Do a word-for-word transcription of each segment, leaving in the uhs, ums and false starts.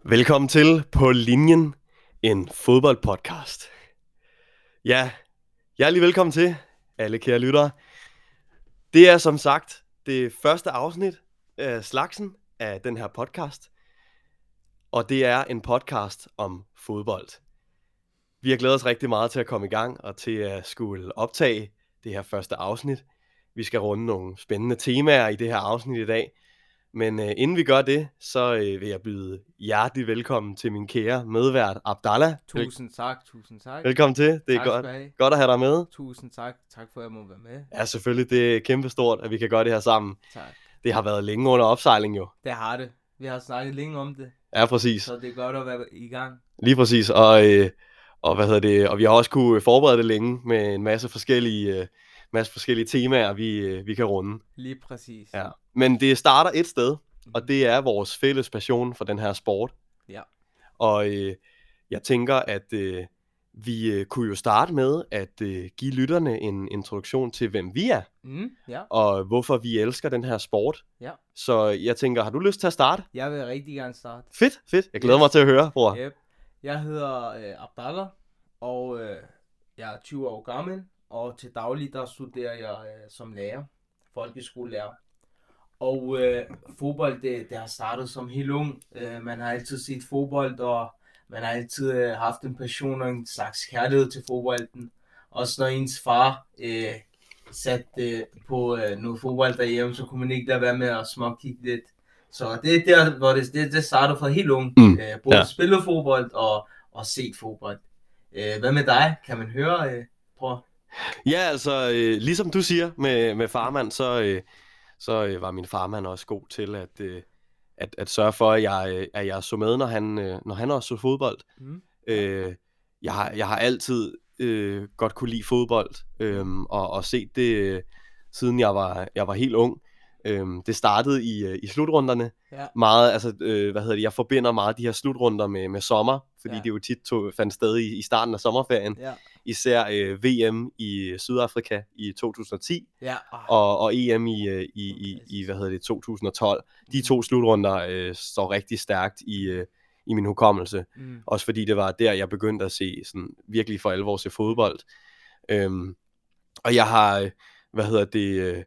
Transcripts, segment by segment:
Velkommen til På Linjen, en fodboldpodcast. Ja, hjertelig velkommen til, alle kære lyttere. Det er som sagt det første afsnit af slagsen af den her podcast. Og det er en podcast om fodbold. Vi har glædet os rigtig meget til at komme i gang og til at skulle optage det her første afsnit. Vi skal runde nogle spændende temaer i det her afsnit i dag. Men øh, inden vi gør det, så øh, vil jeg byde hjertelig velkommen til min kære medvært Abdallah. Tusind tak, tusind tak. Velkommen til. Det er Tak godt, skal du have. godt at have dig med. Tusind tak. Tak for, at jeg må være med. Ja, selvfølgelig. Det er kæmpestort, at vi kan gøre det her sammen. Tak. Det har været længe under opsejling jo. Det har det. Vi har snakket længe om det, Ja, præcis. så det er godt at være i gang. Lige præcis. Og, øh, og hvad hedder det? Og vi har også kunne forberede det længe med en masse forskellige, øh, masse forskellige temaer, vi, øh, vi kan runde. Lige præcis. Ja. Men det starter et sted, og det er vores fælles passion for den her sport. Ja. Og øh, jeg tænker, at øh, vi øh, kunne jo starte med at øh, give lytterne en introduktion til, hvem vi er, Mm, ja. og hvorfor vi elsker den her sport. Ja. Så jeg tænker, har du lyst til at starte? Jeg vil rigtig gerne starte. Fedt, fedt. Jeg glæder Yes. mig til at høre, bror. Yep. Jeg hedder øh, Abdallah, og øh, jeg er tyve år gammel, og til daglig der studerer jeg øh, som lærer, folkeskolelærer. Og øh, fodbold, det, det har startet som helt ung. Øh, man har altid set fodbold, og man har altid øh, haft en passion og en slags kærlighed til fodbolden. Også når ens far øh, satte øh, på øh, noget fodbold derhjemme, så kunne man ikke lade være med at småkigge lidt. Så det er der, hvor det, det, det startede fra helt ung. Mm, Øh, både ja. ja. spille fodbold og, og set fodbold. Øh, hvad med dig? Kan man høre, øh, bror? Ja, altså, øh, ligesom du siger med, med farmand, så, øh, så øh, var min farmand også god til at, øh, at, at sørge for, at jeg, øh, at jeg så med, når han, øh, når han også så fodbold. Mm. Øh, jeg, har, jeg har altid øh, godt kunne lide fodbold, øh, og, og set det, øh, siden jeg var, jeg var helt ung. Øh, det startede i, øh, i slutrunderne. Ja. Meget, altså, øh, hvad hedder det, jeg forbinder meget de her slutrunder med, med sommer, fordi Ja. det jo tit tog, fandt sted i, i starten af sommerferien. Ja. Især øh, V M i Sydafrika i to tusind og ti, Ja. og, og E M i, øh, i, i, i hvad hedder det, to tusind og tolv. De to slutrunder øh, står rigtig stærkt i, øh, i min hukommelse. Mm. Også fordi det var der, jeg begyndte at se sådan, virkelig for alvor se fodbold. Øhm, og jeg har, øh, hvad hedder det, øh,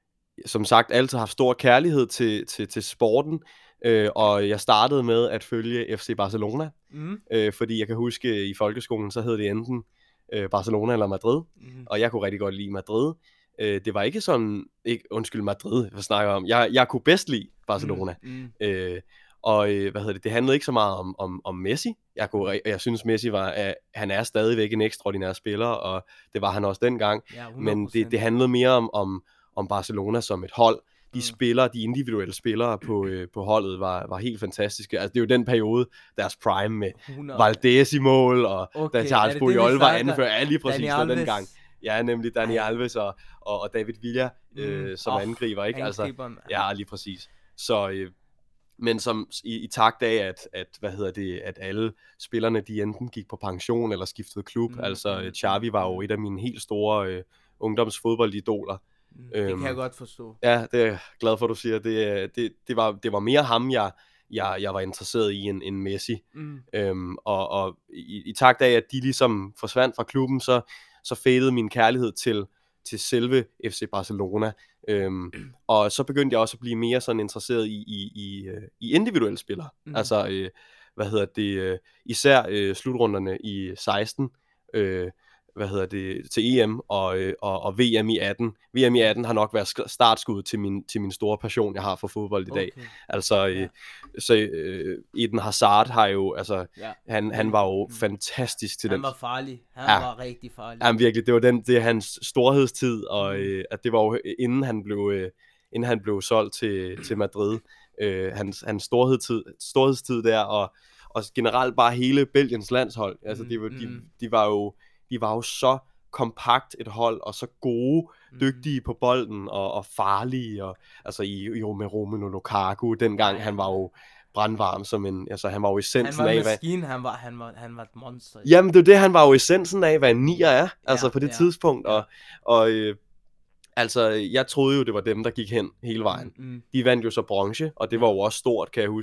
som sagt altid haft stor kærlighed til, til, til sporten. Øh, og jeg startede med at følge F C Barcelona. Mm. Øh, fordi jeg kan huske, i folkeskolen, så hed det enten øh, Barcelona eller Madrid. Mm. Og jeg kunne rigtig godt lide Madrid. Øh, det var ikke sådan, ikke, undskyld Madrid, hvad snakker jeg om. Jeg, jeg kunne bedst lide Barcelona. Mm. Mm. Øh, og øh, hvad hedder det, det handlede ikke så meget om, om, om Messi. Jeg, kunne, jeg synes Messi var, at han er stadigvæk en ekstraordinær spiller, og det var han også dengang. Ja, Men det, det handlede mere om, om, om Barcelona som et hold. De Mm. spillere, de individuelle spillere på, øh, på holdet var, var helt fantastiske. Altså det er jo den periode, deres prime med hundrede. Valdez i mål, og Okay, da er Charles det det, vi Puyol var snakker? anfører. Ja, lige præcis Dani den Alves. gang. Ja, nemlig Dani Ej. Alves og, og, og David Villa øh, Mm. som Åh, angriber, ikke? Altså, Angriberen. ja, lige præcis. Så, øh, men som i, i takt af, at, at, hvad hedder det, at alle spillerne, de enten gik på pension eller skiftede klub. Mm, Altså, mm, Xavi var jo mm. et af mine helt store øh, ungdomsfodboldidoler. Mm. Det øhm, kan jeg godt forstå. Ja, det er jeg glad for, at du siger. Det, det, det, var, det var mere ham, jeg, jeg, jeg var interesseret i, end, end Messi. Mm. Øhm, og og i, i takt af, at de ligesom forsvandt fra klubben, så, så fadede min kærlighed til, til selve F C Barcelona. Øhm, og så begyndte jeg også at blive mere sådan interesseret i, i, i, øh, i individuelle spillere. Mm. Altså, øh, hvad hedder det, øh, især øh, slutrunderne i seksten, øh, hvad hedder det, til E M og, øh, og, og V M i atten. V M i atten har nok været sk- startskud til min, til min store passion, jeg har for fodbold i dag. Okay. Altså, øh, Ja. så øh, Eden Hazard har jo, altså, Ja. han, han var jo Mm. fantastisk til Han den. var farlig. Han Ja. var rigtig farlig. Jamen virkelig, det var den, det er hans storhedstid, og Mm. øh, at det var jo inden han blev, øh, inden han blev solgt til, til Madrid, øh, hans, hans storhedstid, storhedstid der, og, og generelt bare hele Belgiens landshold. Altså, de, var- de, Mm. de var jo, de var jo så kompakt et hold, og så gode, dygtige på bolden, og, og farlige, og altså i, jo med Romelu Lukaku, dengang Ja. han var jo brandvarm som en, altså han var jo Han essensen var af, en hvad, maskine, han var, han var, han var et monster. jamen det er jo det, han var jo essensen af, hvad en nier er, altså Ja, på det ja, tidspunkt, ja. og, og øh, altså jeg troede jo, det var dem, der gik hen hele vejen. Mm, mm. De vandt jo så bronze, og det var jo også stort, kan jeg huske.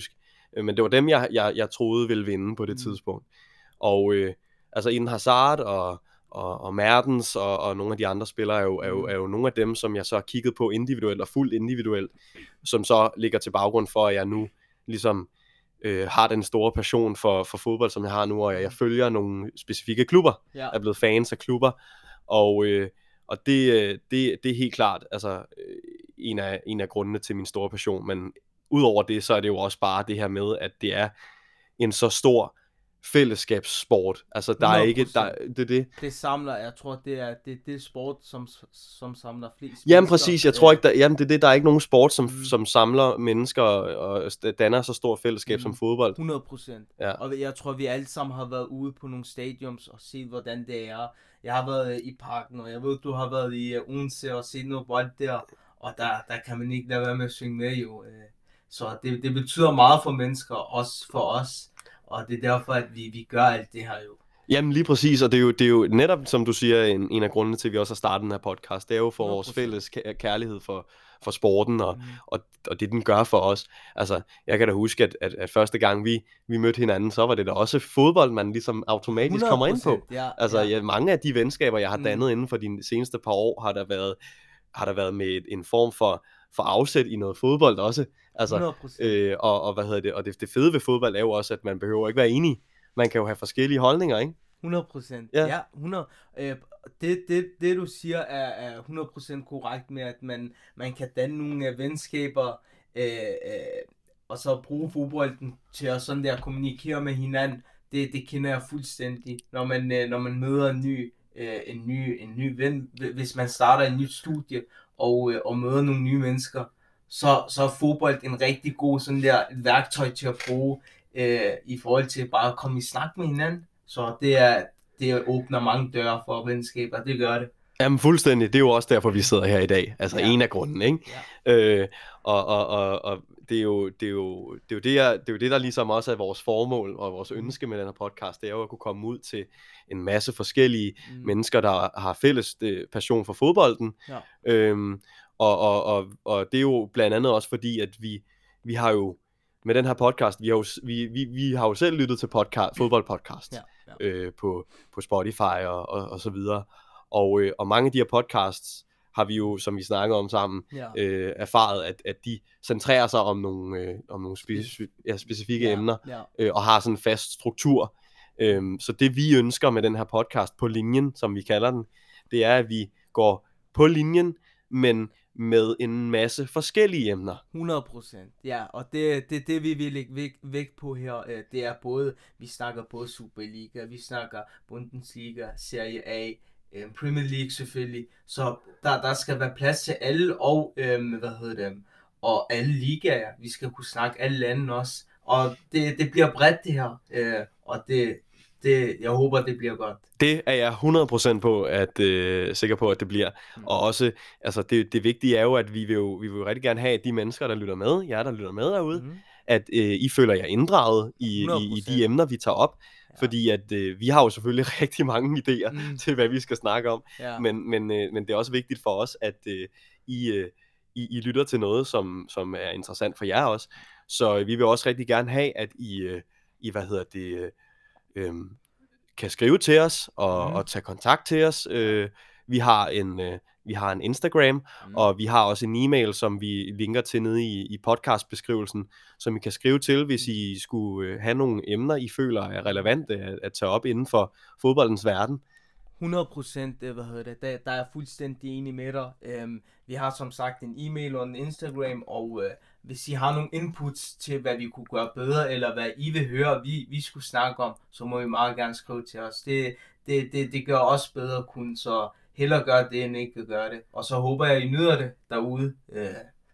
øh, men det var dem, jeg, jeg, jeg troede ville vinde på det Mm. tidspunkt. Og øh, altså Eden Hazard og, og, og Mertens og, og nogle af de andre spillere er jo, er, jo, er jo nogle af dem, som jeg så har kigget på individuelt og fuldt individuelt, som så ligger til baggrund for, at jeg nu ligesom øh, har den store passion for, for fodbold, som jeg har nu, og jeg, jeg følger nogle specifikke klubber, Ja. er blevet fans af klubber, og, øh, og det, øh, det, det er helt klart altså, øh, en, af, en af grundene til min store passion, men udover det, så er det jo også bare det her med, at det er en så stor fællesskabssport. Altså der er ikke der, det er det. Det samler, jeg tror det er det, det sport som som samler flest. Jamen præcis, jeg tror ikke der, jamen det er det, der er ikke nogen sport som Mm. som samler mennesker og danner så stort fællesskab Mm. som fodbold. hundrede procent. Ja. Og jeg tror vi alle sammen har været ude på nogle stadiums og set hvordan det er. Jeg har været i parken, og jeg ved du har været i Odense og set noget bold der, og der der kan man ikke lade være med at synge med jo. Så det det betyder meget for mennesker, også for os. Og det er derfor, at vi, vi gør alt det her jo. Jamen lige præcis, og det er jo, det er jo netop, som du siger, en, en af grundene til, at vi også har startet den her podcast. Det er jo for hundrede vores procent. fælles kær- kærlighed for, for sporten, og, Mm. og, og det den gør for os. Altså, jeg kan da huske, at, at, at første gang vi, vi mødte hinanden, så var det da også fodbold, man ligesom automatisk kommer ind på. Ja, Altså, ja. ja, mange af de venskaber, jeg har Mm. dannet inden for de seneste par år, har der været, har der været med et, en form for, for afsæt i noget fodbold også. Altså, hundrede procent. øh, og, og hvad hedder det, og det, det fede ved fodbold er jo også, at man behøver ikke være enig. Man kan jo have forskellige holdninger, ikke? hundrede procent. Ja. Ja, hundrede. Øh, det, det, det du siger er, er hundrede procent korrekt med, at man, man kan danne nogle øh, venskaber, øh, øh, og så bruge fodbolden til at sådan der kommunikere med hinanden. Det, det kender jeg fuldstændig, når man, øh, når man møder en ny, øh, en ny, en ny ven, hvis man starter en nyt studie og, øh, og møder nogle nye mennesker, så, så er fodbold en rigtig god sådan der et værktøj til at bruge øh, i forhold til bare at komme i snak med hinanden. Så det er det åbner mange døre for venskaber, det gør det. Jamen fuldstændig, det er jo også derfor, vi sidder her i dag. Altså Ja. en af grunden, ikke? Ja. Øh, og og, og, og det, er jo, det, er jo, det, er jo det, jeg, det er jo det, der ligesom også er vores formål og vores ønske med den her podcast. Det er jo at kunne komme ud til en masse forskellige Mm. mennesker, der har fælles det, passion for fodbolden. Ja. Øhm, og, og, og, og det er jo blandt andet også fordi, at vi, vi har jo med den her podcast, vi har jo, vi, vi, vi har jo selv lyttet til podcast, fodboldpodcast. Ja. Ja. Øh, på, på Spotify og, og, og så videre. Og, øh, og mange af de her podcasts har vi jo, som vi snakker om sammen, Ja. øh, erfaret, at, at de centrerer sig om nogle, øh, om nogle speci- ja, specifikke Ja. emner, Ja. øh, og har sådan en fast struktur. Øhm, så det vi ønsker med den her podcast på linjen, som vi kalder den, det er, at vi går på linjen, men med en masse forskellige emner. hundrede procent. Ja, og det det, det vi vil lægge vægt, vægt på her, øh, det er både, vi snakker både Superliga, vi snakker Bundesliga, Serie A, øh, Premier League selvfølgelig, så der, der skal være plads til alle, og øh, hvad hedder det, og alle ligaer, vi skal kunne snakke alle lande også, og det, det bliver bredt det her, øh, og det, det, jeg håber det bliver godt. Det er jeg hundrede procent på, at øh, sikker på, at det bliver. Mm. Og også, altså det, det vigtige er jo, at vi vil jo, vi vil jo rigtig gerne have, at de mennesker, der lytter med, jer der lytter med derude, Mm. at øh, I føler jer inddraget i, i, i hundrede procent. de emner, vi tager op. Ja. Fordi at øh, vi har jo selvfølgelig rigtig mange idéer Mm. til, hvad vi skal snakke om. Ja. Men, men, øh, men det er også vigtigt for os, at øh, I, øh, I, I lytter til noget, som, som er interessant for jer også. Så øh, vi vil også rigtig gerne have, at I, øh, I hvad hedder det... Øh, øh, kan skrive til os og, Mhm. og tage kontakt til os. Øh, vi har en øh, vi har en Instagram, Mm. og vi har også en e-mail, som vi linker til nede i, i podcastbeskrivelsen, som I kan skrive til, hvis I skulle øh, have nogle emner, I føler er relevante at, at tage op inden for fodboldens verden. hundrede procent, hvad hedder det, der, der er jeg fuldstændig enig med dig. Øhm, vi har som sagt en e-mail og en Instagram, og øh, hvis I har nogle inputs til, hvad vi kunne gøre bedre, eller hvad I vil høre, vi, vi skulle snakke om, så må I meget gerne skrive til os. Det, det, det, det gør os bedre kun, så hellere gør det, end ikke gøre det. Og så håber jeg, I nyder det derude. Øh,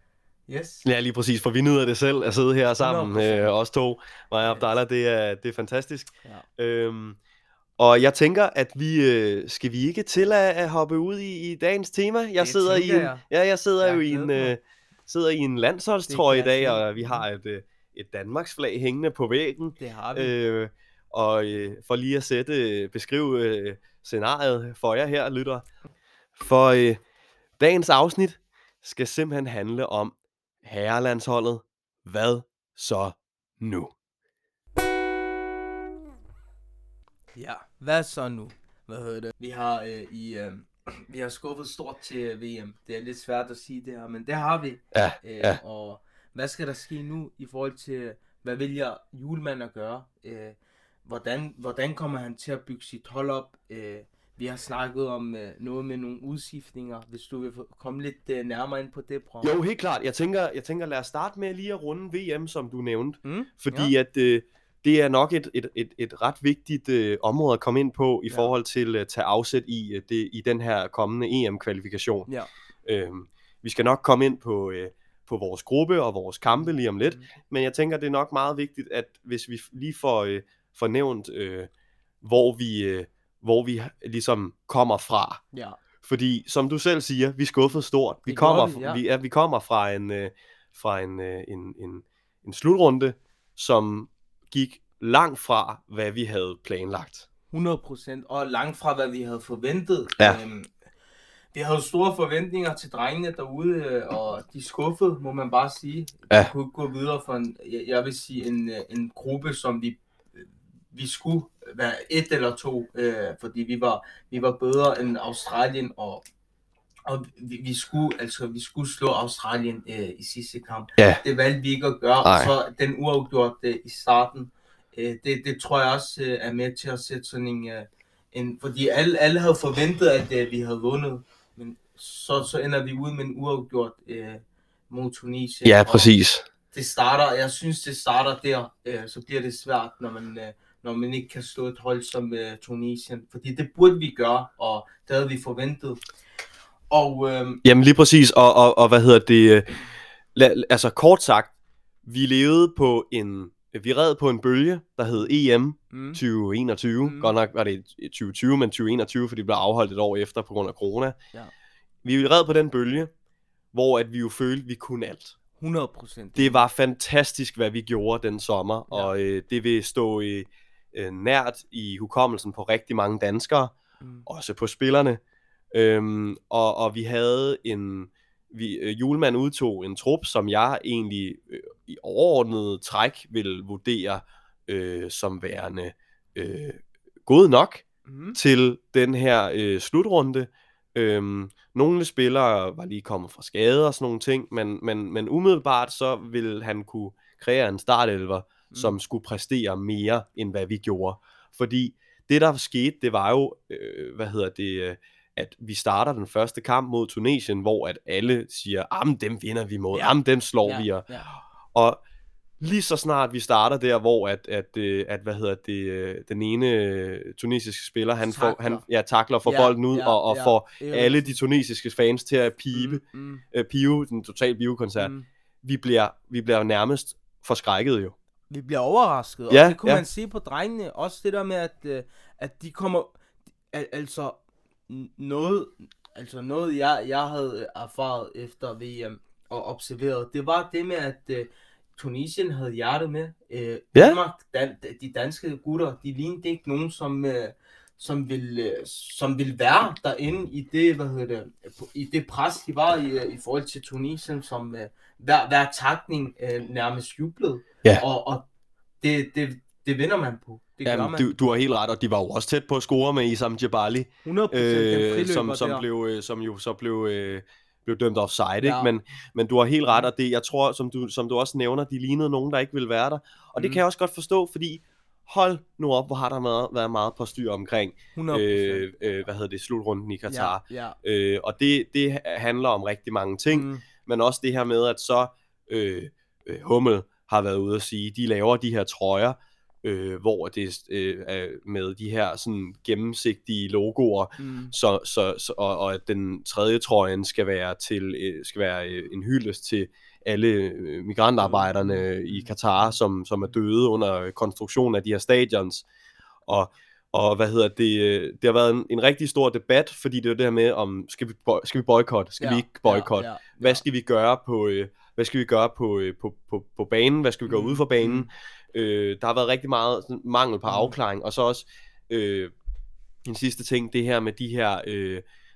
yes. Ja, lige præcis, for vi nyder det selv at sidde her sammen, hundrede procent. øh, os to, mig og Yes. Abdallah, det er, det er fantastisk. Ja. Øhm, og jeg tænker, at vi øh, skal vi ikke til at, at hoppe ud i, i dagens tema. Jeg Det sidder i tænker en, jeg. ja, jeg sidder Jeg jo i glæder en, mig. øh, sidder i en landsholdstrøje i Det kan dag, jeg se. og vi har et, øh, et Danmarks flag hængende på væggen. Det har vi. Øh, og øh, for lige at sætte, beskrive øh, scenariet for jer her, lytter. For øh, dagens afsnit skal simpelthen handle om herrelandsholdet. Hvad så nu. Ja, hvad så nu? Hvad hedder det? Vi har øh, i øh, vi har skuffet stort til V M. Det er lidt svært at sige det her, men det har vi. Ja, øh, ja. Og hvad skal der ske nu i forhold til, hvad vælger Hjulmand at gøre? Øh, hvordan, hvordan kommer han til at bygge sit hold op? Øh, vi har snakket om øh, noget med nogle udskiftninger. Hvis du vil komme lidt øh, nærmere ind på det, Bram. Jo, helt klart. Jeg tænker, jeg tænker lad os starte med lige at runde V M, som du nævnte. Mm, fordi ja. at øh, det er nok et, et, et, et ret vigtigt øh, område at komme ind på i Ja. forhold til at tage afsæt i, øh, det, i den her kommende E M-kvalifikation. Ja. Øhm, vi skal nok komme ind på, øh, på vores gruppe og vores kampe lige om lidt, mm. men jeg tænker, det er nok meget vigtigt, at hvis vi lige får, øh, får nævnt, øh, hvor, vi, øh, hvor vi ligesom kommer fra. Ja. Fordi, som du selv siger, vi er skuffet stort. Vi Det kommer, gjorde vi, ja. vi, ja, vi kommer fra en, øh, fra en, øh, en, en, en slutrunde, som gik langt fra, hvad vi havde planlagt. hundrede procent, og langt fra, hvad vi havde forventet. Ja. Øhm, vi havde store forventninger til drengene derude, øh, og de skuffede, må man bare sige. Ja. Vi kunne gå videre for en, jeg, jeg vil sige, en, en gruppe, som vi, vi skulle være et eller to, øh, fordi vi var, vi var bedre end Australien, og, og vi, vi, skulle, altså, vi skulle slå Australien øh, i sidste kamp. Ja. Det valgte vi ikke at gøre, Ej. så den uafgjort øh, i starten, Det, det tror jeg også øh, er med til at sætte sådan en, øh, en fordi alle, alle havde forventet, at øh, vi havde vundet, men så, så ender vi ud med en uafgjort øh, mod Tunesien. Ja, præcis. Det starter, jeg synes det starter der, øh, så bliver det svært, når man, øh, når man ikke kan slå et hold som øh, Tunesien, fordi det burde vi gøre, og det havde vi forventet. Og, øh, Jamen lige præcis, og, og, og hvad hedder det, la, altså kort sagt, vi levede på en Vi red på en bølge, der hed E M mm, tyve enogtyve. Mm. Godt nok var det tyve tyve, men tyve enogtyve, fordi det blev afholdt et år efter på grund af corona. Ja. Vi red på den bølge, hvor at vi jo følte, at vi kunne alt. hundrede procent. Det var fantastisk, hvad vi gjorde den sommer, Ja. og øh, det vil stå øh, øh, nært i hukommelsen på rigtig mange danskere, Mm. også på spillerne. Øhm, og, og vi havde en... Vi, øh, Hjulmand udtog en trup, som jeg egentlig øh, i overordnet træk vil vurdere øh, som værende øh, god nok Mm. til den her øh, slutrunde. Øhm, nogle spillere var lige kommet fra skade og sådan nogle ting, men, men, men umiddelbart så ville han kunne kreere en startelver, mm. som skulle præstere mere, end hvad vi gjorde. Fordi det, der skete, det var jo, øh, hvad hedder det... Øh, at vi starter den første kamp mod Tunesien, hvor at alle siger, jamen dem vinder vi mod, Ja. jamen dem slår Ja, vi. Og, ja. og lige så snart vi starter der, hvor at, at, at, at hvad hedder det, den ene tunesiske spiller, han får, han ja, takler for Ja, bolden ud, ja, og, og ja. får Det er alle rigtigt. de tunesiske fans til at pibe, Mm, mm, øh, pive, den total pivekoncert. mm. Vi bliver, vi bliver nærmest forskrækket jo. Vi bliver overrasket, og Ja, det kunne ja. man se på drengene. Også det der med, at, øh, at de kommer... Al- altså, n- noget, altså noget jeg, jeg havde erfaret efter V M og observeret, det var det med, at øh, Tunesien havde hjertet med. Øh, Ja. Danmark, dan, de danske gutter, de lignede ikke nogen, som... Øh, som vil, øh, som vil være derinde i det, hvad hedder det, i det pres, de var i, øh, i forhold til Tunesien, som øh, hver, hver takning øh, nærmest jublede. Ja. Og, og det, det, det vinder man på. Det gør Jamen, man. du, du har helt ret, og de var jo også tæt på at score med Isam Djibali, hundrede procent den øh, friløber som, som, der. blev, øh, som jo så blev, øh, blev dømt offside, ikke? Ja. Men, men du har helt ret, og det, jeg tror, som du, som du også nævner, de lignede nogen, der ikke ville være der. Og det Mm. kan jeg også godt forstå, fordi hold nu op, hvor har der været, været meget på styr omkring, hundrede procent. øh, øh, hvad hedder det, slutrunden i Katar. Ja, ja. Øh, og det, det handler om rigtig mange ting, Mm. men også det her med, at så øh, øh, Hummel har været ude at sige, de laver de her trøjer, øh, hvor det øh, er med de her sådan gennemsigtige logoer, Mm. så, så, så, og, og at den tredje trøjen skal være, til, øh, skal være øh, en hyldest til alle øh, migrantarbejderne i Katar, som, som er døde under konstruktionen af de her stadions. Og, og hvad hedder det, øh, det har været en, en rigtig stor debat, fordi det er jo det her med, om skal vi, boy, skal vi boykotte, skal Ja, vi ikke boykotte, ja, ja, hvad ja. skal vi gøre på, øh, hvad skal vi gøre på, øh, på, på, på banen, hvad skal vi gøre Mm, ude for banen. mm. Øh, der har været rigtig meget sådan, mangel på Mm. afklaring, og så også øh, en sidste ting, det her med de her, øh,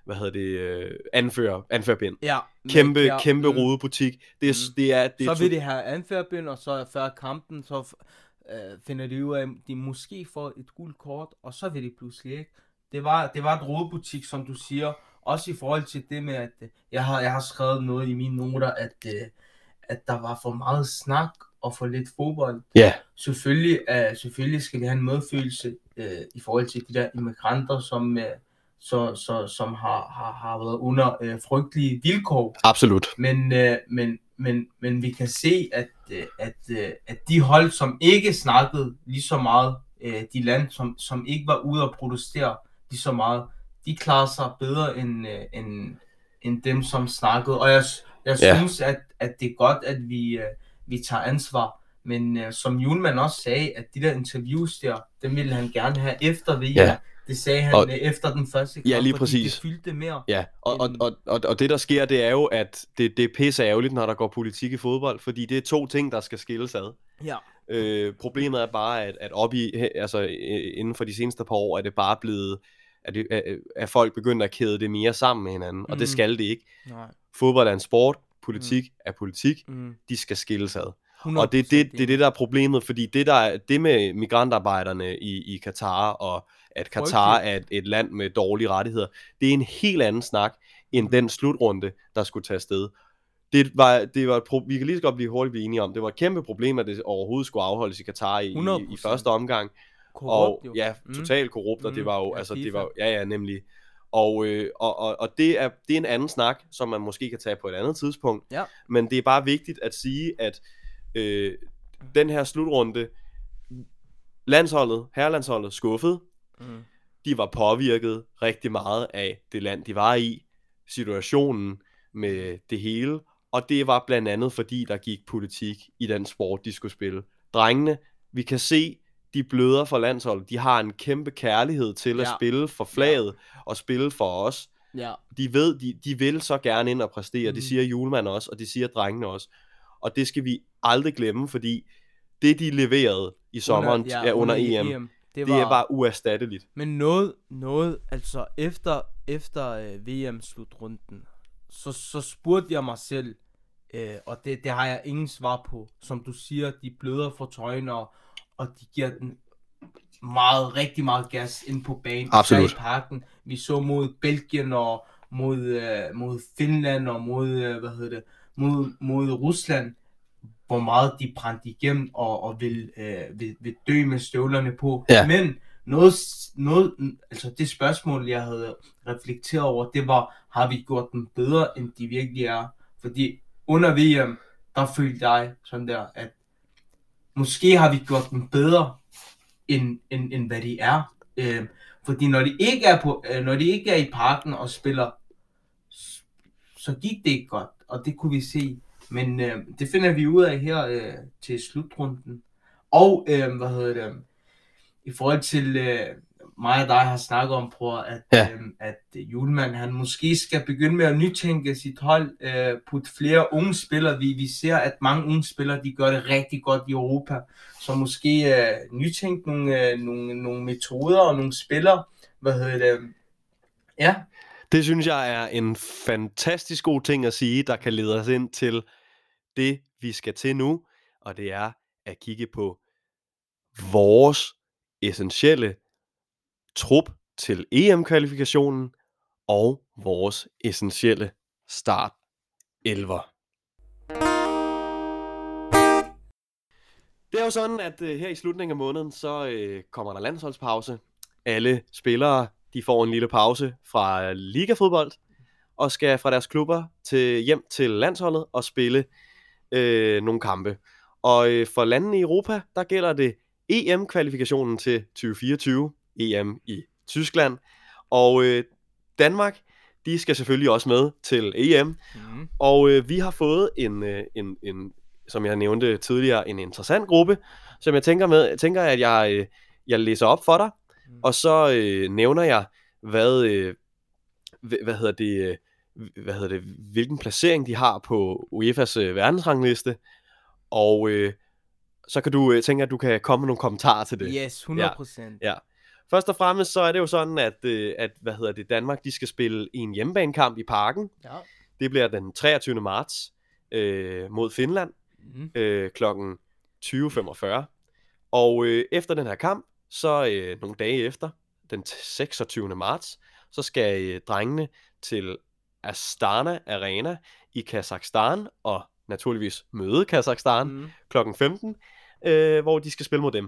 hvad hedder det, øh, anfører, anførbind. Ja, Kæmpe, kære, kæmpe mm, rodebutik. Det er, mm. det er, det er så vil de have anførbind, og så før kampen, så øh, finder de ud af, at de måske får et gult kort, og så vil de pludselig ikke. Det var, det var et rodebutik, som du siger, også i forhold til det med, at jeg har, jeg har skrevet noget i mine noter, at, øh, at der var for meget snak og for lidt fodbold. Ja. Yeah. Selvfølgelig, uh, selvfølgelig skal vi have en medfølelse uh, i forhold til de der immigranter, som, uh, så, så, som har, har, har været under uh, frygtelige vilkår. Absolut. Men, uh, men, men, men vi kan se, at, uh, at, uh, at de hold, som ikke snakkede lige så meget, uh, de lande, som, som ikke var ude at protestere lige så meget, de klarer sig bedre end, uh, end, end dem, som snakkede. Og jeg, jeg Ja. synes, at, at det er godt, at vi... Uh, vi tager ansvar, men uh, som Hjulmand også sagde, at de der interviews der, dem ville han gerne have efter V M. Ja. Det sagde han og, uh, efter den første kamp, ja, lige fordi præcis. det fyldte mere. Ja, og, og, og, og, og det der sker, det er jo, at det, det er pisse ærgerligt, når der går politik i fodbold, fordi det er to ting, der skal skilles ad. Ja. Øh, problemet er bare, at, at op i, altså inden for de seneste par år, er det bare blevet, at, det, at, at folk begynder at kæde det mere sammen med hinanden, og mm. det skal det ikke. Nej. Fodbold er en sport, politik mm. er politik, mm. de skal skilles ad. Og det er det, det, det, der er problemet, fordi det, der, det med migrantarbejderne i, i Katar, og at Katar er et, et land med dårlige rettigheder, det er en helt anden snak, end den slutrunde, der skulle tage sted. Det var, det var et pro- vi kan lige så godt blive hurtigt blive enige om, det var et kæmpe problem, at det overhovedet skulle afholdes i Katar i, i, i første omgang. Korrupt, og ja, totalt korrupt, og mm. det var jo, ja, altså det var, ja ja, nemlig. Og, øh, og, og, og det, er, det er en anden snak, som man måske kan tage på et andet tidspunkt, ja. Men det er bare vigtigt at sige, at øh, den her slutrunde, landsholdet, herrelandsholdet, skuffet. Mm. De var påvirket rigtig meget af det land, de var i, situationen med det hele, og det var blandt andet fordi, der gik politik i den sport, de skulle spille. Drengene, vi kan se, de bløder for landsholdet, de har en kæmpe kærlighed til at ja. spille for flaget, ja. og spille for os. Ja. De ved, de, de vil så gerne ind og præstere, mm. det siger Hjulmand også, og det siger drengene også. Og det skal vi aldrig glemme, fordi det, de leverede i sommeren under, ja, ja, under, under E M, E M det, var, det er bare uerstatteligt. Men noget, noget altså efter, efter øh, V M-slutrunden, så, så spurgte jeg mig selv, øh, og det, det har jeg ingen svar på, som du siger, de bløder for tøjen, og, og de giver den meget, rigtig meget gas ind på banen. Absolut. I parken. Vi så mod Belgien og mod, øh, mod Finland og mod, øh, hvad hedder det, mod, mod Rusland, hvor meget de brændte igennem og, og vil, øh, vil, vil dø med støvlerne på. Ja. Men noget, noget, altså det spørgsmål, jeg havde reflekteret over, det var, har vi gjort dem bedre, end de virkelig er? Fordi under V M, der følte jeg sådan der, at måske har vi gjort dem bedre, end, end, end hvad de er. Øh, fordi når de ikke er på, øh, når de ikke er i parken og spiller, så gik det ikke godt, og det kunne vi se. Men øh, det finder vi ud af her øh, til slutrunden. Og øh, hvad hedder det? I forhold til øh, mig og dig har snakket om, på at ja. øh, at Hjulmand han måske skal begynde med at nytænke sit hold, øh, putte flere unge spillere. Vi vi ser at mange unge spillere de gør det rigtig godt i Europa, så måske øh, nytænke nogle øh, nogle nogle metoder og nogle spillere. Hvad hedder det? Ja. Det synes jeg er en fantastisk god ting at sige, der kan lede os ind til det, vi skal til nu, og det er at kigge på vores essentielle trup til E M-kvalifikationen og vores essentielle start elver. Det er jo sådan, at uh, her i slutningen af måneden, så uh, kommer der landsholdspause. Alle spillere, de får en lille pause fra ligafodbold, og skal fra deres klubber til hjem til landsholdet og spille øh, nogle kampe. Og øh, for landene i Europa, der gælder det E M-kvalifikationen til tyve fireogtyve, E M i Tyskland. Og øh, Danmark, de skal selvfølgelig også med til E M. Mm. Og øh, vi har fået en, øh, en, en, som jeg nævnte tidligere, en interessant gruppe, som jeg tænker, med, tænker at jeg, øh, jeg læser op for dig. Mm. Og så øh, nævner jeg, hvad, øh, hvad hedder det, hvad hedder det, hvilken placering de har på UEFA's øh, verdensrangliste, og øh, så kan du øh, tænke, at du kan komme med nogle kommentarer til det. Yes, hundrede procent. Ja, ja. Først og fremmest så er det jo sådan, at, øh, at hvad hedder det, Danmark de skal spille en hjemmebanekamp i Parken. Ja. Det bliver den treogtyvende marts øh, mod Finland Mm. øh, klokken tyve femogfyrre. Og øh, efter den her kamp, så øh, nogle dage efter, den seksogtyvende marts, så skal øh, drengene til Astana Arena i Kazakhstan, og naturligvis møde Kazakhstan Mm. klokken femten, øh, hvor de skal spille mod dem.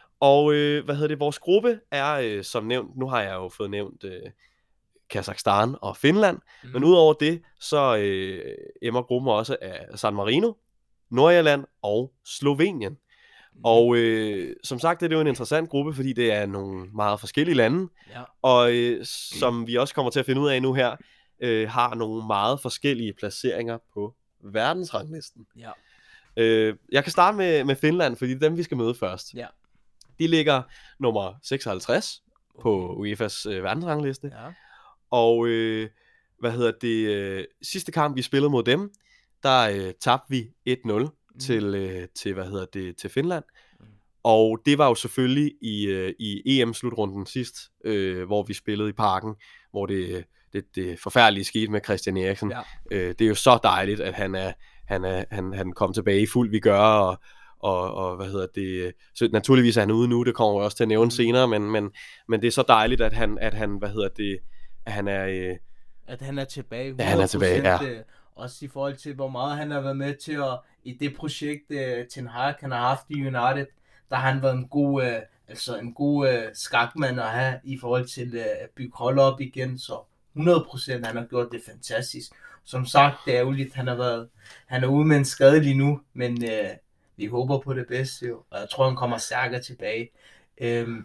Og øh, hvad hedder det, vores gruppe er øh, som nævnt, nu har jeg jo fået nævnt øh, Kazakhstan og Finland, mm. men udover det, så øh, emmer gruppen også af San Marino, Nordirland og Slovenien. Mm. Og øh, som sagt, det er det jo en interessant gruppe, fordi det er nogle meget forskellige lande, Ja. og øh, som vi også kommer til at finde ud af nu her, øh, har nogle meget forskellige placeringer på verdensranglisten. Ja. Øh, jeg kan starte med, med Finland, fordi det er dem, vi skal møde først. Ja. De ligger nummer seksoghalvtreds okay. på U E F A's øh, verdensrangliste. Ja. Og øh, hvad hedder det, øh, sidste kamp vi spillede mod dem, der øh, tabte vi et nul mm. til øh, til hvad hedder det til Finland. Mm. Og det var jo selvfølgelig i øh, i E M-slutrunden sidst, øh, hvor vi spillede i Parken, hvor det det, det forfærdelige skete med Christian Eriksen. Ja. Øh, det er jo så dejligt, at han er han er han han kom tilbage i fuld vigør, og Og, og hvad hedder det, så naturligvis er han ude nu, det kommer jeg også til at nævne mm. senere, men, men, men det er så dejligt, at han, at han hvad hedder det, at han er... Øh, at han er tilbage. Ja, han er tilbage, ja. Også i forhold til, hvor meget han har været med til at, i det projekt, uh, Ten Hag, han har haft i United, der har han været en god, uh, altså en god uh, skakmand at have, i forhold til uh, at bygge hold op igen, så hundrede procent han har gjort det fantastisk. Som sagt, det er ærgerligt, han har været, han er ude med en skade lige nu, men... Uh, vi håber på det bedste, jo. Og jeg tror, han kommer stærkere tilbage. Øhm,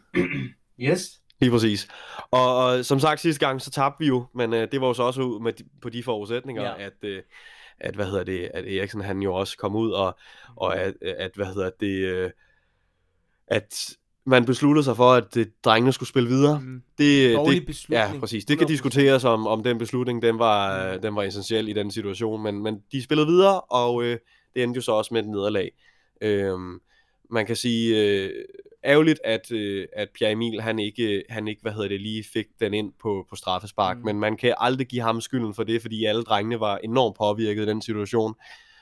yes. Lige præcis. Og, og som sagt sidste gang, så tabte vi jo, men øh, det var jo så også ud med de, på de forudsætninger, ja. at, øh, at, hvad hedder det, at Eriksen han jo også kom ud, og, og at, at, hvad hedder det, øh, at man besluttede sig for, at det, drengene skulle spille videre. Mm. Det, Dårlig det, beslutning. Ja, præcis. Det kan diskuteres om, om den beslutning, den var, mm. den var essentiel i den situation, men, men de spillede videre, og øh, det endte jo så også med et nederlag. Øhm, man kan sige øh, ærgerligt at øh, at Pierre Emil han ikke han ikke hvad hedder det lige fik den ind på på straffespark, mm. men man kan aldrig give ham skylden for det, fordi alle drengene var enormt påvirket i den situation,